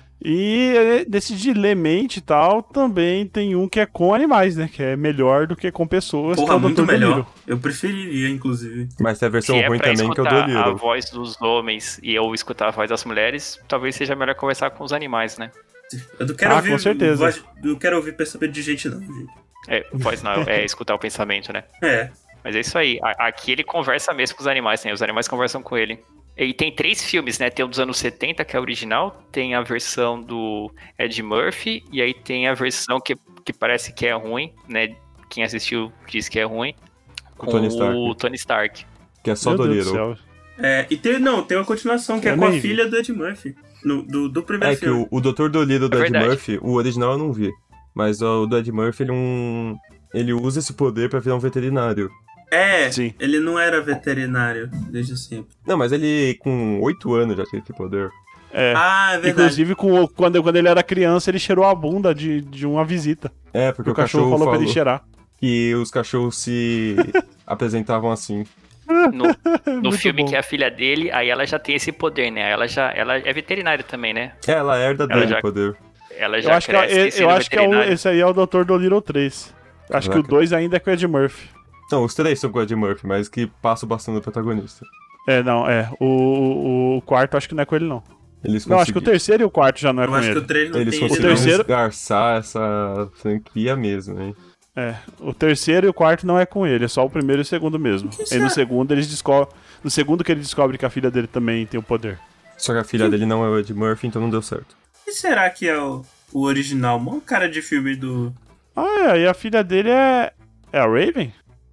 E desse Dilemente e tal, também tem um que é com animais, né? Que é melhor do que com pessoas. Porra, que é o muito doutor melhor. Dolittle. Eu preferiria, inclusive. Mas tem a versão Se é ruim pra também, que é o escutar a Dolittle. voz dos homens e eu escutar a voz das mulheres, talvez seja melhor conversar com os animais, né? Eu não quero Ah, ouvir com certeza. voz- eu não quero ouvir pensamento de gente, não, gente. É, voz não, é escutar o pensamento, né? É. Mas é isso aí. A- Aqui ele conversa mesmo com os animais, né? Os animais conversam com ele. E tem três filmes, né? Tem o dos anos setenta, que é a original, tem a versão do Ed Murphy, e aí tem a versão que, que parece que é ruim, né? Quem assistiu diz que é ruim, Com o Tony Stark. o Tony Stark. Que é só Meu Deus do Dolittle. céu. É, e tem, não, tem uma continuação que Eu é com a nem vi. filha do Ed Murphy. No, do, do primeiro É que filme. o, o doutor Dolittle do É Ed verdade. Murphy, o original eu não vi. Mas o do Ed Murphy, ele, é um, ele usa esse poder pra virar um veterinário. É, Sim. ele não era veterinário desde sempre. Não, mas ele com oito anos já tinha esse poder. É. Ah, é verdade. Inclusive, com, o- quando, quando ele era criança, ele cheirou a bunda de, de uma visita. É, porque O, o, cachorro, cachorro, falou pra ele falou cheirar. que os cachorros se apresentavam assim. No, no Muito filme bom. que é a filha dele, aí ela já tem esse poder, né? Ela já ela é veterinária também, né? É, ela herda Ela dele já- o poder. Ela Eu já acho que, é- cresce eu sendo acho que é o, veterinária. esse aí é o doutor Dolittle três. Acho que o Caraca. dois ainda é com o Ed Murphy. Não, os três são com o Ed Murphy, mas que passam bastante do protagonista. É, não, é. O, o, o quarto acho que não é com ele, não. Eles Não, acho que o consegui- terceiro e o quarto já não é Eu com acho que ele. o três não Eles tem ele, conseguiram não. terceiro- esgarçar essa franquia mesmo, hein? É, o terceiro e o quarto não é com ele, é só o primeiro e o segundo mesmo. que E será? no segundo eles descobrem. No segundo que ele descobre que a filha dele também tem o poder. Só que a filha dele não é o Ed Murphy, então não deu certo. E será que é o, o original? Mó cara de filme do... Ah, é, e a filha dele é. É a Raven?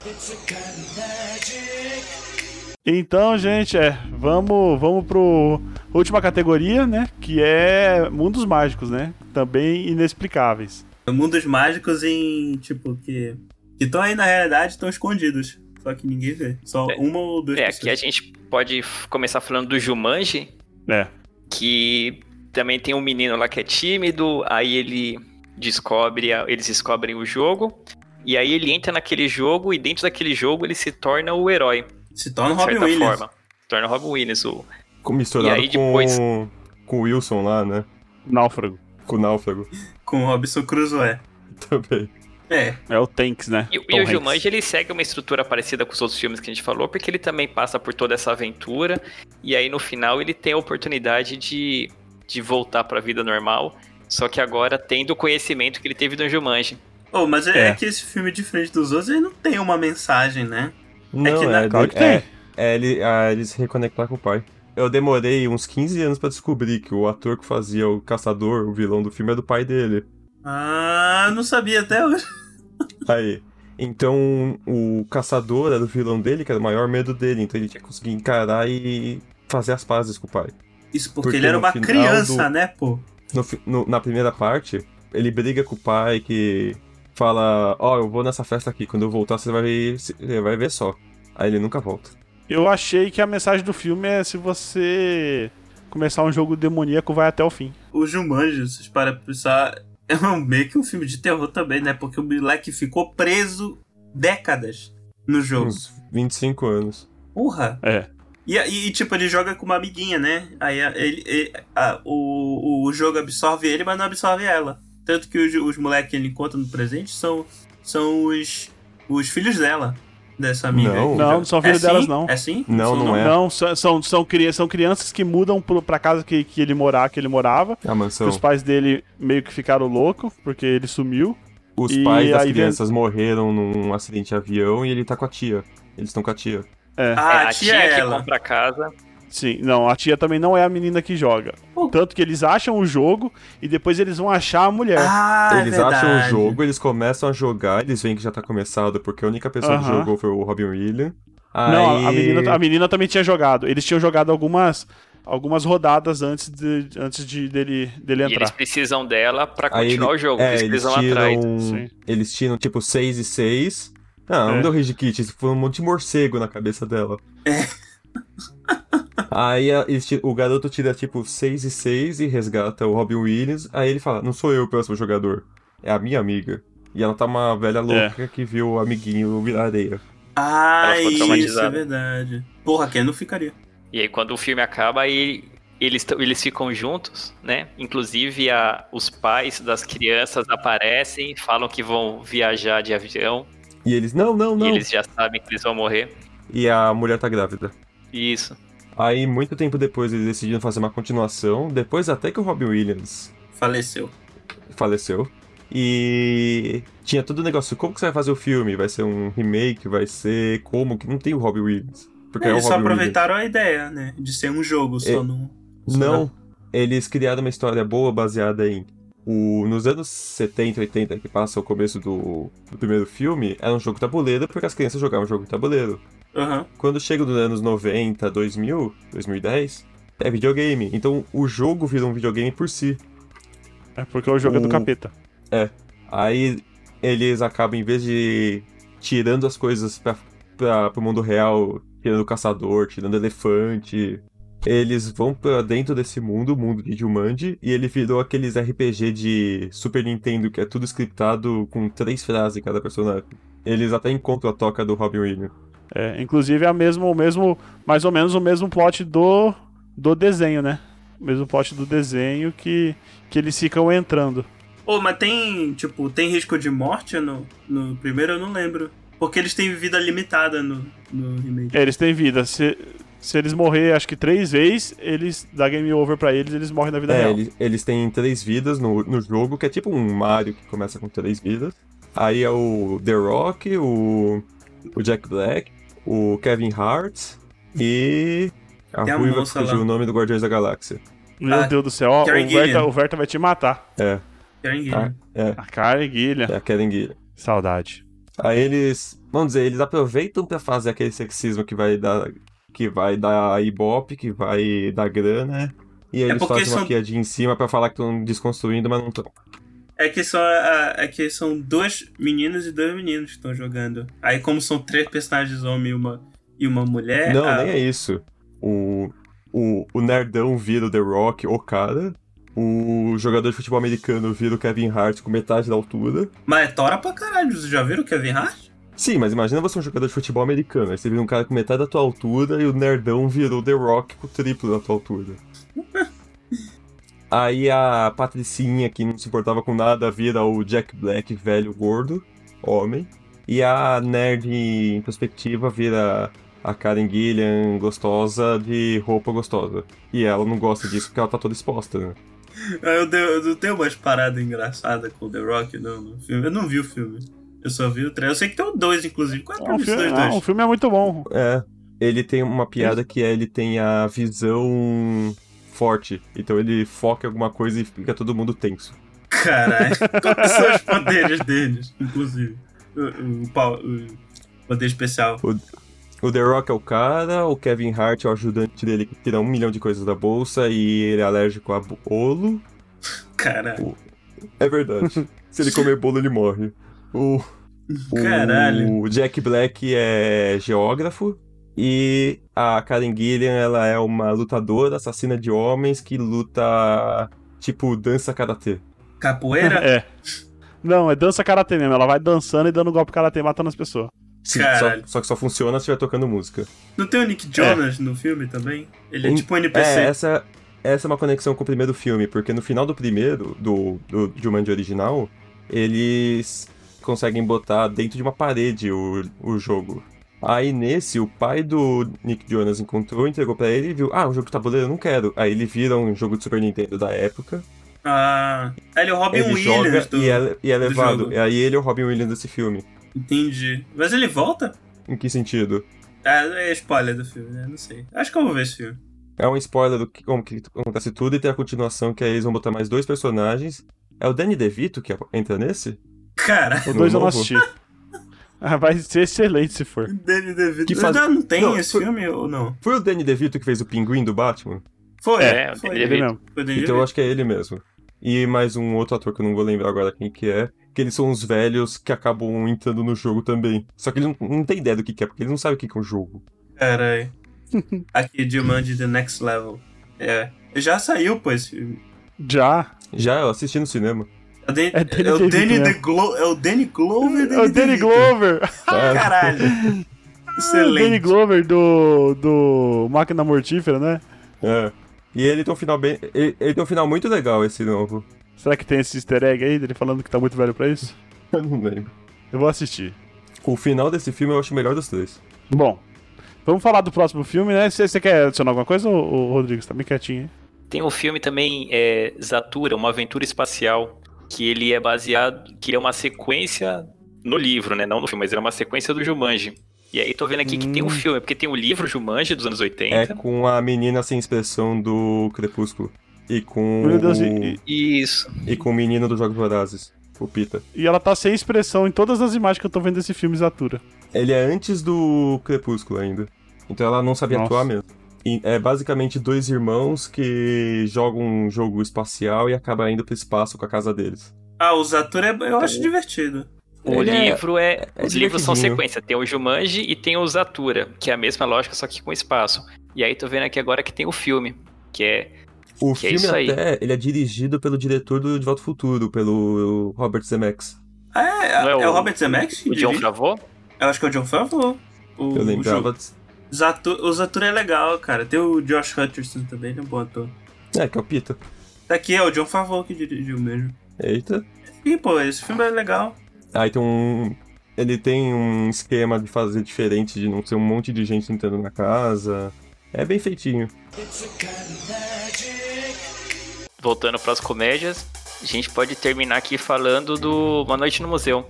Então, gente, é. Vamos, vamos pro última categoria, né? Que é mundos mágicos, né? Também inexplicáveis. Mundos mágicos em, tipo, que... Que estão aí na realidade, estão escondidos. Só que ninguém vê. Só É. uma ou duas É, pessoas. aqui a gente pode f- começar falando do Jumanji, É. que também tem um menino lá que é tímido, aí ele descobre, a- eles descobrem o jogo, e aí ele entra naquele jogo, e dentro daquele jogo ele se torna o herói, Se torna o de Robin certa Williams. forma. Se torna o Robin Williams, o... Com- Misturado E aí depois- com, com o Wilson lá, né? Náufrago. Com o Náufrago Com o Robinson Crusoe. também. É. É o Tanks, né? E, Tom e o Hanks. Jumanji, ele segue uma estrutura parecida com os outros filmes que a gente falou, porque ele também passa por toda essa aventura, e aí no final ele tem a oportunidade de, de voltar pra vida normal, só que agora tendo o conhecimento que ele teve no Jumanji. Oh, mas é. É. que esse filme, diferente dos outros, ele não tem uma mensagem, né? Não, que é, na- Claro que é, tem. é ele, é ele se reconectar com o pai. Eu demorei uns quinze anos pra descobrir que o ator que fazia o caçador, o vilão do filme, é do pai dele. Ah, não sabia até hoje. Aí. Então, o caçador era o vilão dele, que era o maior medo dele. Então ele tinha que conseguir encarar e fazer as pazes com o pai. Isso porque, Porque ele era no uma final criança, do- né, pô? No fi- no- na primeira parte, ele briga com o pai, que fala: Ó, eu vou nessa festa aqui, quando eu voltar você vai ver, você vai ver só. Aí ele nunca volta. Eu achei que a mensagem do filme é se você começar um jogo demoníaco, vai até o fim. O Jumanji, vocês param pra pensar, é um- meio que um filme de terror também, né? Porque o moleque ficou preso décadas no jogo. Uns vinte e cinco anos. Porra! É. E, e, tipo, ele joga com uma amiguinha, né? Aí a- ele, ele- a- o, o jogo absorve ele, mas não absorve ela. Tanto que os, os moleques que ele encontra no presente são, são os, os filhos dela, dessa amiga. Não. Que Não, joga. não são filhos é delas, sim? não. É sim? Não, São não é. Não, são, são, são, cri- são crianças que mudam pro, pra casa que, que ele morar, que ele morava. A mansão. Os pais dele meio que ficaram loucos, porque ele sumiu. Os E pais das aí vem- crianças morreram num acidente de avião e ele tá com a tia. Eles estão com a tia. É. É, Ah, a a tia tia é que ela. compra a casa. Sim, não, a tia também não é a menina que joga. Oh. Tanto que eles acham o jogo e depois eles vão achar a mulher. Ah, Eles é acham o verdade. jogo, eles começam a jogar, eles veem que já tá começado, porque a única pessoa que Aham. jogou foi o Robin Williams. Não, Aí... a menina, a menina também tinha jogado. Eles tinham jogado algumas, algumas rodadas antes, de, antes de, dele, dele E eles entrar. precisam dela pra Aí continuar ele- o jogo. É, eles eles precisam atrás. tiram, Sim. eles tiram tipo seis e seis. Não, não É. deu rage kit, isso foi um monte de morcego na cabeça dela. É. Aí a- eles ti- o garoto tira tipo seis e seis e resgata o Robin Williams. Aí ele fala, não sou eu o próximo jogador, é a minha amiga. E ela tá uma velha louca que viu o amiguinho virar areia. Ah, Ela ficou isso, é traumatizada. verdade. Porra, quem não ficaria? E aí, quando o filme acaba, aí eles, t- eles ficam juntos, né? Inclusive, a, os pais das crianças aparecem, falam que vão viajar de avião. E eles, não, não, não. E eles já sabem que eles vão morrer. E a mulher tá grávida. Isso. Aí, muito tempo depois, eles decidiram fazer uma continuação. Depois, até que o Robin Williams Faleceu. faleceu. E tinha todo o negócio. Como que você vai fazer o filme? Vai ser um remake? Vai ser como? Que não tem o Robin Williams. Porque É, é o eles só Robin aproveitaram a ideia, né? De ser um jogo, só É. não... só Não. Eles criaram uma história boa baseada em... O, nos anos setenta, oitenta, que passa o começo do, do primeiro filme, era um jogo tabuleiro porque as crianças jogavam jogo tabuleiro. Aham. Quando chega nos anos noventa, dois mil, dois mil e dez, é videogame. Então o jogo vira um videogame por si. É porque o jogo é do O- capeta. Aí eles acabam, em vez de tirando as coisas pra, pra, pro mundo real, tirando o caçador, tirando elefante, eles vão pra dentro desse mundo, o mundo de Jumanji, e ele virou aqueles R P G de Super Nintendo, que é tudo scriptado com três frases em cada personagem. Eles até encontram a toca do Robin Williams. É, inclusive é a mesmo, o mesmo, mais ou menos o mesmo plot do, do desenho, né? O mesmo plot do desenho que, que eles ficam entrando. Ô, mas tem, tipo, tem risco de morte no, no primeiro? Eu não lembro. Porque eles têm vida limitada no, no remake. É, eles têm vida. Se, se eles morrer, acho que três vezes, eles dá game over pra eles, eles morrem na vida É, real. eles, eles têm três vidas no, no jogo, que é tipo um Mario que começa com três vidas. Aí é o The Rock, o, o Jack Black, o Kevin Hart e a Tem a ruiva que moça fugiu lá. o nome do Guardiões da Galáxia. Meu Ah, Deus do céu, ó, o Karen Verta, Gillian. o Verta vai te matar. É, Karen a, Gillian. é, A Karen Gillian. é a Karen Gillian. Saudade. Aí eles, vamos dizer, eles aproveitam pra fazer aquele sexismo que vai dar, que vai dar ibope, que vai dar grana, e aí É eles porque fazem uma são- piadinha em cima pra falar que estão desconstruindo, mas não estão. É que, são, ah, é que são dois meninos e dois meninos que estão jogando. Aí como são três personagens, homem e uma, e uma mulher... Não, ah, nem é isso. O, o, o nerdão vira o The Rock, o cara. O jogador de futebol americano vira o Kevin Hart com metade da altura. Mas é tora pra caralho. Vocês já viram o Kevin Hart? Sim, mas imagina você um jogador de futebol americano. Aí você vira um cara com metade da tua altura e o nerdão virou The Rock com o triplo da tua altura. Aí a Patricinha, que não se importava com nada, vira o Jack Black, velho, gordo, homem. E a nerd em perspectiva vira a Karen Gillian, gostosa, de roupa gostosa. E ela não gosta disso porque ela tá toda exposta, né? Ah, Eu, dei- eu não tenho umas paradas engraçadas com o The Rock, não, no filme. Eu não vi o filme. Eu só vi o trailer. Eu sei que tem o dois, inclusive. Qual é a Não, o, premissa filme, dos não, dois? o filme é muito bom. É, ele tem uma piada que é, ele tem a visão forte. Então ele foca em alguma coisa e fica todo mundo tenso. Caralho. Quais são os poderes deles, inclusive? O, o, pau- o poder especial. O The Rock é o cara, o Kevin Hart é o ajudante dele que tira um milhão de coisas da bolsa e ele é alérgico a bolo. Caralho. É verdade. Se ele comer bolo, ele morre. O, Caralho. o Jack Black é geógrafo. E a Karen Gillian, ela é uma lutadora, assassina de homens que luta, tipo, dança karatê. Capoeira? É. Não, é dança karatê mesmo. Ela vai dançando e dando golpe karatê, matando as pessoas. Sim, só, Caralho. só que só funciona se estiver tocando música. Não tem o Nick Jonas no filme também? Ele é Em- tipo um N P C. É, essa, essa é uma conexão com o primeiro filme, porque no final do primeiro, do, do Jumanji original, eles conseguem botar dentro de uma parede o, o jogo. Aí nesse, o pai do Nick Jonas encontrou, entregou pra ele e viu, ah, um jogo de tabuleiro eu não quero. Aí ele vira um jogo de Super Nintendo da época. Ah, ele é o Robin ele Williams joga do... e, é, e é do levado. jogo. E aí ele é o Robin Williams desse filme. Entendi. Mas ele volta? Em que sentido? Ah, é spoiler do filme, né? Não sei. Acho que eu vou ver esse filme. É um spoiler do que, como que acontece tudo e tem a continuação que aí eles vão botar mais dois personagens. É o Danny DeVito que entra nesse? Cara, O dois eu não novo? assisti. Ah, vai ser excelente se for. Danny DeVito. Que faz- Não, não tem Não, esse foi- filme ou não? Foi o Danny DeVito que fez o Pinguim do Batman? Foi, É, o foi. Danny Ele DeVito. mesmo. Foi o Danny Então eu DeVito. acho que é ele mesmo. E mais um outro ator que eu não vou lembrar agora quem que é, que eles são os velhos que acabam entrando no jogo também. Só que eles não, não têm ideia do que que é, porque eles não sabem o que que é um jogo. Caralho. Aqui, Jumanji The Next Level. É. Já saiu, pô, esse filme. Já. Já eu assisti no cinema. É o Danny, É Danny é o DeVito Danny, mesmo. The Glo é o Danny Glover. É o Danny DeVito. Glover. É, Caralho. O Excelente. Danny Glover do, do Máquina Mortífera, né? é. E ele tem um final bem. Ele, ele tem um final muito legal, esse novo. Será que tem esse easter egg aí dele falando que tá muito velho pra isso? Eu não lembro. Eu vou assistir. O final desse filme eu acho o melhor dos três. Bom, vamos falar do próximo filme, né? Você quer adicionar alguma coisa, ô, ô, Rodrigo? Você tá bem quietinho, hein? Tem um filme também, é, Zatura, uma aventura espacial, que ele é baseado, que ele é uma sequência no livro, né? Não no filme, mas ele é uma sequência do Jumanji. E aí tô vendo aqui que tem um Hum. filme, porque tem o livro Jumanji dos anos É oitenta. com a menina sem expressão do Crepúsculo. E com. Meu Deus, o... e, Isso. e com o menino dos Jogos Vorazes, o Pita. e ela tá sem expressão em todas as imagens que eu tô vendo desse filme Zatura. Ele é antes do Crepúsculo ainda. Então ela não sabia Nossa. atuar mesmo. E é basicamente dois irmãos que jogam um jogo espacial e acabam indo pro espaço com a casa deles. Ah, o Zatura é- eu acho divertido. O Ele é- livro é. é os livros são divertidinho. sequência. Tem o Jumanji e tem o Zatura, que é a mesma lógica, só que com espaço. E aí tô vendo aqui agora que tem o filme, que é. O Que é filme isso aí. até, ele é dirigido pelo diretor do De Volta ao Futuro, pelo Robert Zemeckis. Ah, é, Não é, é o o- Robert Zemeckis? que O John dirige? Favreau? Eu acho que é o John Favreau. O, Eu o lembrava... jogo. Zatu- o Zatura é legal, cara. Tem o Josh Hutcherson também, ele é um bom ator. É, que é o Pita. Tá aqui, é o John Favreau que dirigiu mesmo. Eita. Ih, pô, esse filme é legal. Aí tem um... Ele tem um esquema de fazer diferente, de não ser um monte de gente entrando na casa. É bem feitinho. Voltando pras comédias, a gente pode terminar aqui falando do Uma Noite no Museu.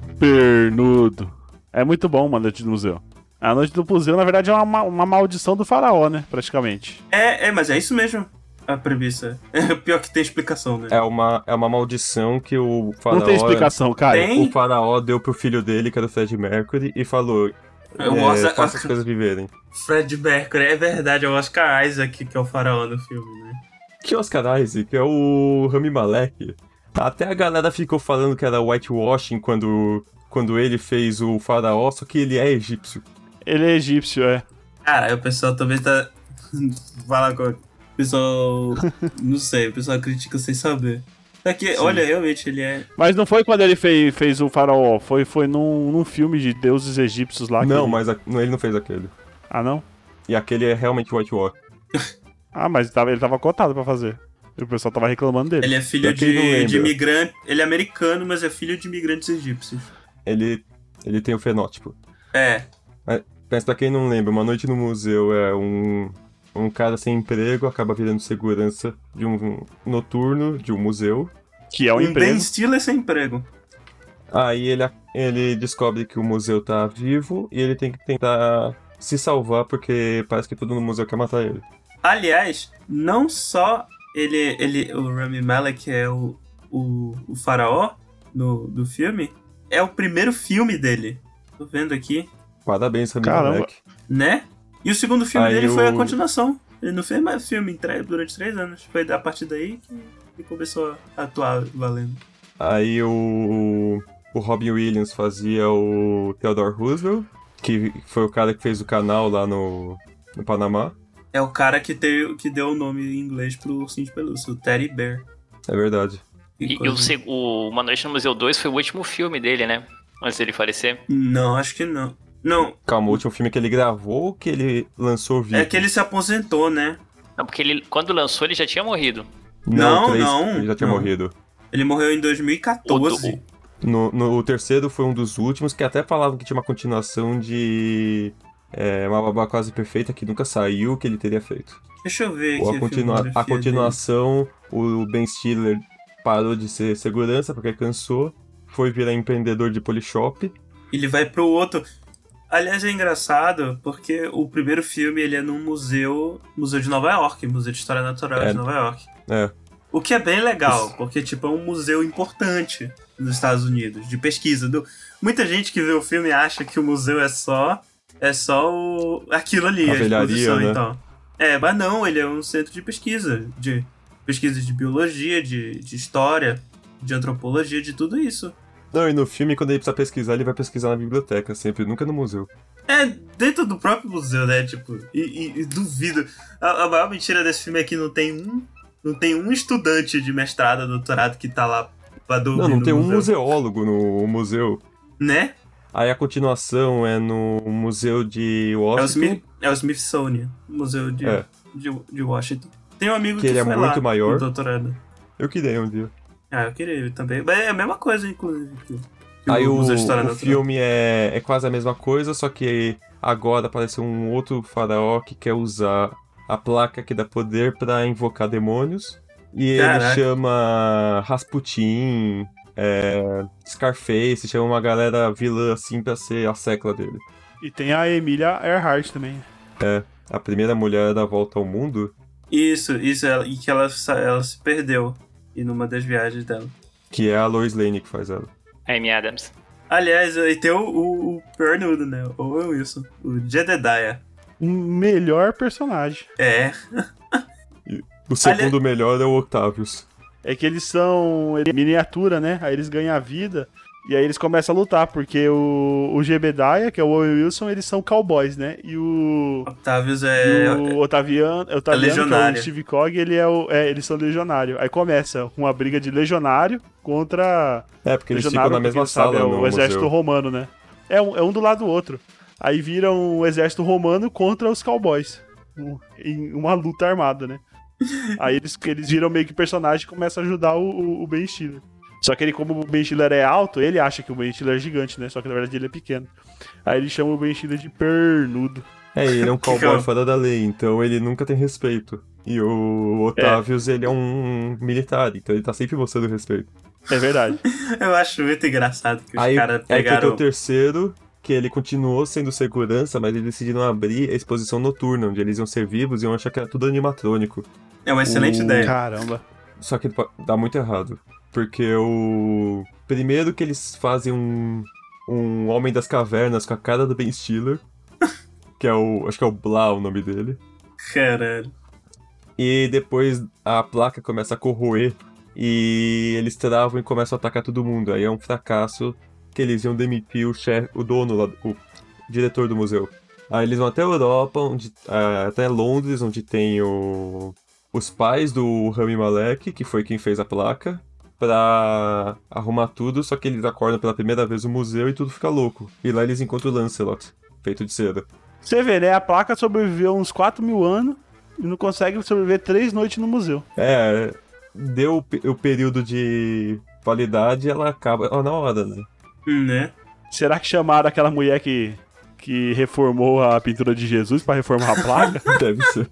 Pernudo. É muito bom uma noite do museu. A noite do museu, na verdade, é uma, uma maldição do faraó, né? Praticamente. É, é, mas é isso mesmo. A premissa. É pior que tem explicação, né? É uma, é uma maldição que o faraó... Não tem explicação, cara. Tem? O faraó deu pro filho dele, que era o Fred Mercury, e falou... É o é, Oscar- faça as coisas viverem. Fred Mercury, é verdade, é o Oscar Isaac que é o faraó no filme, né? Que Oscar Isaac, é o Rami Malek. Até a galera ficou falando que era whitewashing quando, quando ele fez o faraó, só que ele é egípcio. Ele é egípcio, é. Cara, o pessoal também tá... Fala com... O pessoal... Não sei, o pessoal critica sem saber. É que, olha, realmente, ele é... Mas não foi quando ele fez, fez o faraó, foi, foi num, num filme de deuses egípcios lá. que Não, ele- mas a- não, ele não fez aquele. Ah, não? E aquele é realmente whitewash. Ah, mas ele tava, ele tava cotado pra fazer. E o pessoal tava reclamando dele. Ele é filho Pra quem não de, lembra. de imigrante... Ele é americano, mas é filho de imigrantes egípcios. Ele, ele tem o fenótipo. É. Mas pra quem não lembra, Uma Noite no Museu é um, um cara sem emprego, acaba virando segurança de um noturno, de um museu. Que é um um emprego. Ben Stiller sem emprego. Aí ele, ele descobre que o museu tá vivo e ele tem que tentar se salvar porque parece que todo no museu quer matar ele. Aliás, não só ele, ele o Rami Malek é o, o, o faraó no, do filme, é o primeiro filme dele. Tô vendo aqui, Parabéns, Rami Caramba. Malek. né? E o segundo filme Aí dele foi a o- continuação. Ele não fez mais filme em tre- durante três anos. Foi a partir daí que ele começou a atuar valendo. Aí o, o Robin Williams fazia o Theodore Roosevelt, que foi o cara que fez o canal lá no, no Panamá. É o cara que, te, que deu o nome em inglês pro ursinho de pelúcia, o Teddy Bear. É verdade. Que E, e coisa. o, seg- o Uma Noite no Museu dois foi o último filme dele, né? Antes dele falecer. Não, acho que não. Não, Calma, o último filme que ele gravou ou que ele lançou vivo? é que ele se aposentou, né? Não, porque ele, quando lançou, ele já tinha morrido. Não, três, não, Ele já tinha não. morrido. Ele morreu em dois mil e quatorze. No, no o terceiro foi um dos últimos, que até falavam que tinha uma continuação de é, Uma Babá Quase Perfeita, que nunca saiu, que ele teria feito. Deixa eu ver aqui. Ou a, continua filmografia a continuação, o Ben Stiller parou de ser segurança porque cansou, foi virar empreendedor de polishop. dele. Ele vai pro outro. Aliás, é engraçado porque o primeiro filme ele é num museu, museu de Nova York, Museu de História Natural É. de Nova York. É. O que é bem legal, Isso. porque tipo, é um museu importante nos Estados Unidos, de pesquisa. Do... Muita gente que vê o filme acha que o museu é só é só o... aquilo ali, A a exposição, velharia, né? então. É, mas não, ele é um centro de pesquisa, de pesquisa de biologia, de, de história, de antropologia, de tudo isso. Não, e no filme, quando ele precisa pesquisar, ele vai pesquisar na biblioteca, sempre, nunca no museu. É, dentro do próprio museu, né? Tipo, e, e- e duvido. A, a maior mentira desse filme é que não tem um. Não tem um estudante de mestrado, doutorado que tá lá pra dormir. Não, não no tem um museu. museólogo no museu. Né? Aí a continuação é no Museu de É o, Washington, Smith, é o Smithsonian, Museu de, É. de, de Washington. Tem um amigo Que que, ele é foi muito lá, maior. no doutorado. eu queria um dia. Ah, eu queria ir também. Mas é a mesma coisa, inclusive. Que, que Aí o, Museu de História o Natural. filme é, é quase a mesma coisa, só que agora apareceu um outro faraó que quer usar a placa que dá poder pra invocar demônios. E ele Caraca. chama Rasputin, é, Scarface, chama uma galera vilã assim pra ser a secla dele. E tem a Emilia Earhart também. A primeira mulher da volta ao mundo, Isso, isso. Ela, e que ela, sa- ela se perdeu. E numa das viagens dela. que é a Lois Lane que faz ela. Amy Adams. Aliás, aí tem o, o, o Pernudo, né? O Owen Wilson. O Jedediah. Um melhor personagem. É. O segundo melhor é o Octavius. É que eles são ele- miniatura, né? Aí eles ganham a vida e aí eles começam a lutar, porque o, o Jebediah, que é o Owen Wilson, eles são cowboys, né? E o, Octavius e é. o Otaviano, Otaviano que é o legionário. Steve Cogg, ele é o, é, eles são legionário. Aí começa com uma briga de legionário contra É, porque eles ficam legionário, na pra quem mesma não sabe, sala é o no exército museu. romano, né? É um, é um do lado do outro. Aí vira um exército romano contra os cowboys. Um- em uma luta armada, né? Aí eles, eles viram meio que personagem e começam a ajudar o, o, o Ben Stiller. Só que ele, como o Ben Stiller é alto, ele acha que o Ben Stiller é gigante, né? Só que na verdade ele é pequeno. Aí ele chama o Ben Stiller de pernudo. É, ele é um cowboy Legal. fora da lei, então ele nunca tem respeito. E o Octavius, ele é um militar, então ele tá sempre mostrando respeito. É verdade. Eu acho muito engraçado que os Aí, caras aí foi ter pegaram. o terceiro, que ele continuou sendo segurança, mas eles decidiram abrir a exposição noturna, onde eles iam ser vivos e iam achar que era tudo animatrônico. É uma excelente o- ideia. Caramba. Só que pa- dá muito errado. Porque o. Primeiro que eles fazem um. Um Homem das Cavernas com a cara do Ben Stiller. Que é o. Acho que é o Blah o nome dele. Caralho. E depois a placa começa a corroer. E eles travam e começam a atacar todo mundo. Aí é um fracasso que eles iam demitir o chefe, o dono lá, o diretor do museu. Aí eles vão até a Europa, onde, ah, até Londres, onde tem o, os pais do Rami Malek, que foi quem fez a placa, pra arrumar tudo, só que eles acordam pela primeira vez no museu e tudo fica louco. E lá eles encontram o Lancelot, feito de seda. Você vê, né? A placa sobreviveu uns quatro mil anos e não consegue sobreviver três noites no museu. É, deu o, pe- o período de validade e ela acaba ó, na hora, né? Hum, né? Será que chamaram aquela mulher que, que reformou a pintura de Jesus pra reformar a placa? Deve ser.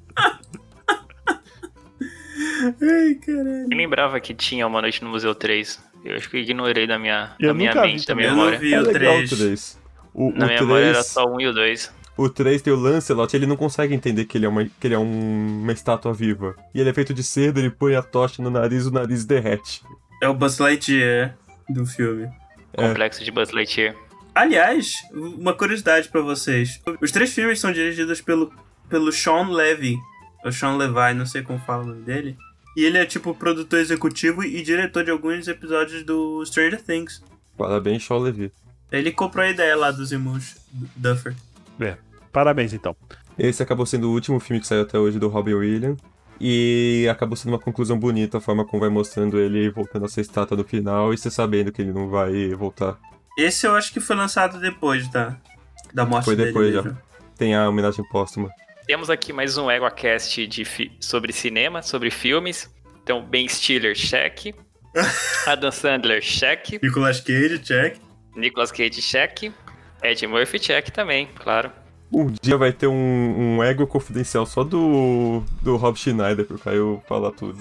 Ai, caralho. Eu lembrava que tinha Uma Noite no Museu três. Eu acho que eu ignorei da minha, Eu da minha nunca vi mente, da também. minha Eu não memória. vi É o legal o três. três. O, Na o minha memória era três só o um e o dois. O três tem o Lancelot, ele não consegue entender que ele é, uma, que ele é um- uma estátua viva. E ele é feito de seda, ele põe a tocha no nariz, o nariz derrete. É o Buzz Lightyear do filme. É. Complexo de Buzz Lightyear. Aliás, uma curiosidade pra vocês. Os três filmes são dirigidos pelo, pelo Sean Levy. Ou Sean Levi, não sei como fala o nome dele. E ele é tipo produtor executivo e diretor de alguns episódios do Stranger Things. Parabéns, Shaw Levy. Ele comprou a ideia lá dos irmãos Duffer. É. Parabéns, então. Esse acabou sendo o último filme que saiu até hoje do Robin Williams. E acabou sendo uma conclusão bonita, a forma como vai mostrando ele voltando a ser estátua no final e você sabendo que ele não vai voltar. Esse eu acho que foi lançado depois da, da morte Foi dele. depois já. mesmo. Tem a homenagem póstuma. Temos aqui mais um EguaCast de fi- sobre cinema, sobre filmes. Então, Ben Stiller, check. Adam Sandler, check. Nicolas Cage, check. Nicolas Cage, check. Ed Murphy, check também, claro. Um dia vai ter um, um ego confidencial só do, do Rob Schneider pro Caio falar tudo.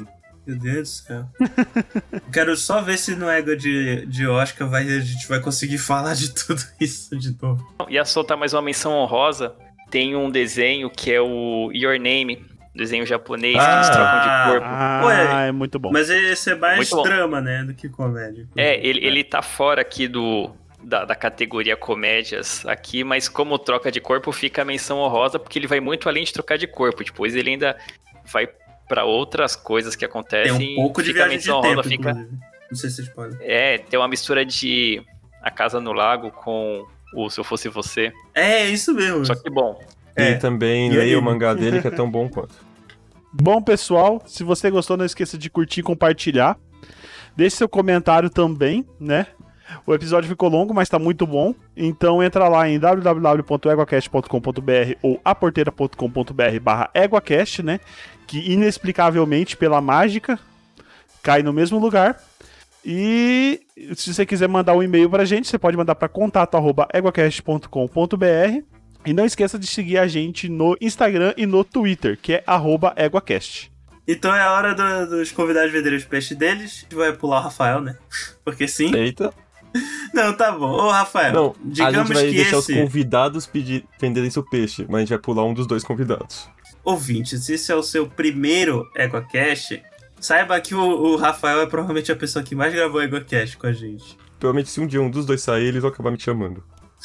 Meu Deus do céu. Quero só ver se no Égua de, de Oscar vai, a gente vai conseguir falar de tudo isso de novo. Ia soltar mais uma menção honrosa. Tem um desenho que é o Your Name, desenho japonês, Ah, que eles trocam de corpo. Ah, Ué, é muito bom. Mas esse é mais Muito bom. drama, né, do que comédia. É, ele, ele tá fora aqui do, da, da categoria comédias aqui, mas como troca de corpo fica a menção honrosa, porque ele vai muito além de trocar de corpo. Depois ele ainda vai pra outras coisas que Tem acontecem. um pouco de fica a viagem de menção tempo, honrosa, fica. inclusive. Não sei se vocês podem. É, tem uma mistura de A Casa no Lago com o Se Eu Fosse Você. É, isso mesmo. Só que bom. É. E também E leia anime. o mangá dele, que é tão bom quanto. Bom, pessoal, se você gostou, não esqueça de curtir e compartilhar. Deixe seu comentário também, né? O episódio ficou longo, mas tá muito bom. Então entra lá em w w w ponto eguacast ponto com ponto b r ou aporteira ponto com ponto b r barra eguacast, né? Que inexplicavelmente, pela mágica, cai no mesmo lugar. E se você quiser mandar um e-mail pra gente, você pode mandar para contato arroba eguacast ponto com ponto b r. E não esqueça de seguir a gente no Instagram e no Twitter, que é arroba eguacast. Então é a hora do- dos convidados venderem os peixes deles. A gente vai pular o Rafael, né? Porque sim. Eita. Não, tá bom. Ô, Rafael, Não, a digamos gente vai que deixar esse... os convidados pedir, venderem seu peixe, mas a gente vai pular um dos dois convidados. Ouvinte, se esse é o seu primeiro EguaCast, saiba que o, o Rafael é provavelmente a pessoa que mais gravou EguaCast com a gente. Provavelmente se um dia um dos dois sair, eles vão acabar me chamando.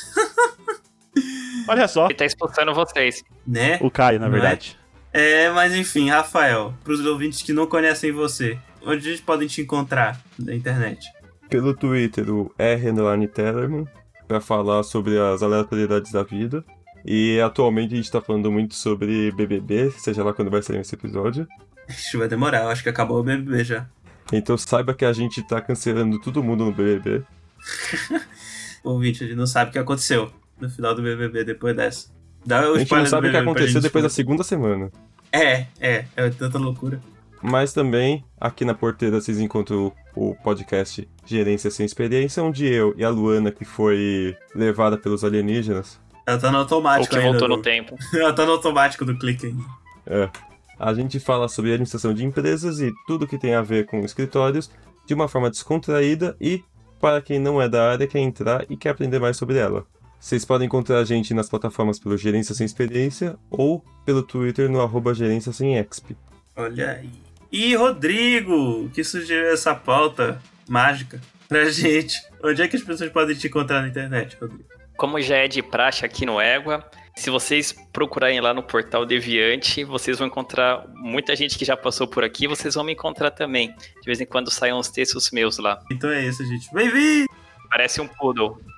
Olha só, Ele tá expulsando vocês. Né? o Caio, na Não é? verdade. É, mas enfim, Rafael, pros ouvintes que não conhecem você, onde eles podem te encontrar na internet? Pelo Twitter, o R underline Tellerman, pra falar sobre as aleatoriedades da vida. E atualmente a gente tá falando muito sobre B B B, seja lá quando vai sair esse episódio. Isso vai demorar, eu acho que acabou o B B B já. Então saiba que a gente tá cancelando todo mundo no B B B. O ouvinte, ele não sabe o que aconteceu no final do B B B depois dessa. Dá o A gente spoiler não do sabe o que B B B pra aconteceu gente depois da descobrir. segunda semana. É, é, é tanta loucura. Mas também, aqui na Porteira, vocês encontram o podcast Gerência Sem Experiência, onde eu e a Luana, que foi levada pelos alienígenas, Ela tá no Ou automático que ainda. voltou do- no tempo. Ela tá no automático do clique ainda. é, a gente fala sobre administração de empresas e tudo que tem a ver com escritórios de uma forma descontraída e para quem não é da área, quer entrar e quer aprender mais sobre ela. Vocês podem encontrar a gente nas plataformas pelo Gerência Sem Experiência ou pelo Twitter no arroba Gerência Sem Exp. Olha aí. E Rodrigo, que sugeriu essa pauta mágica pra gente. Onde é que as pessoas podem te encontrar na internet, Rodrigo? Como já é de praxe aqui no Égua, se vocês procurarem lá no portal Deviante, vocês vão encontrar muita gente que já passou por aqui, vocês vão me encontrar também. De vez em quando saem uns textos meus lá. Então é isso, gente. Bem-vindo! Parece um poodle.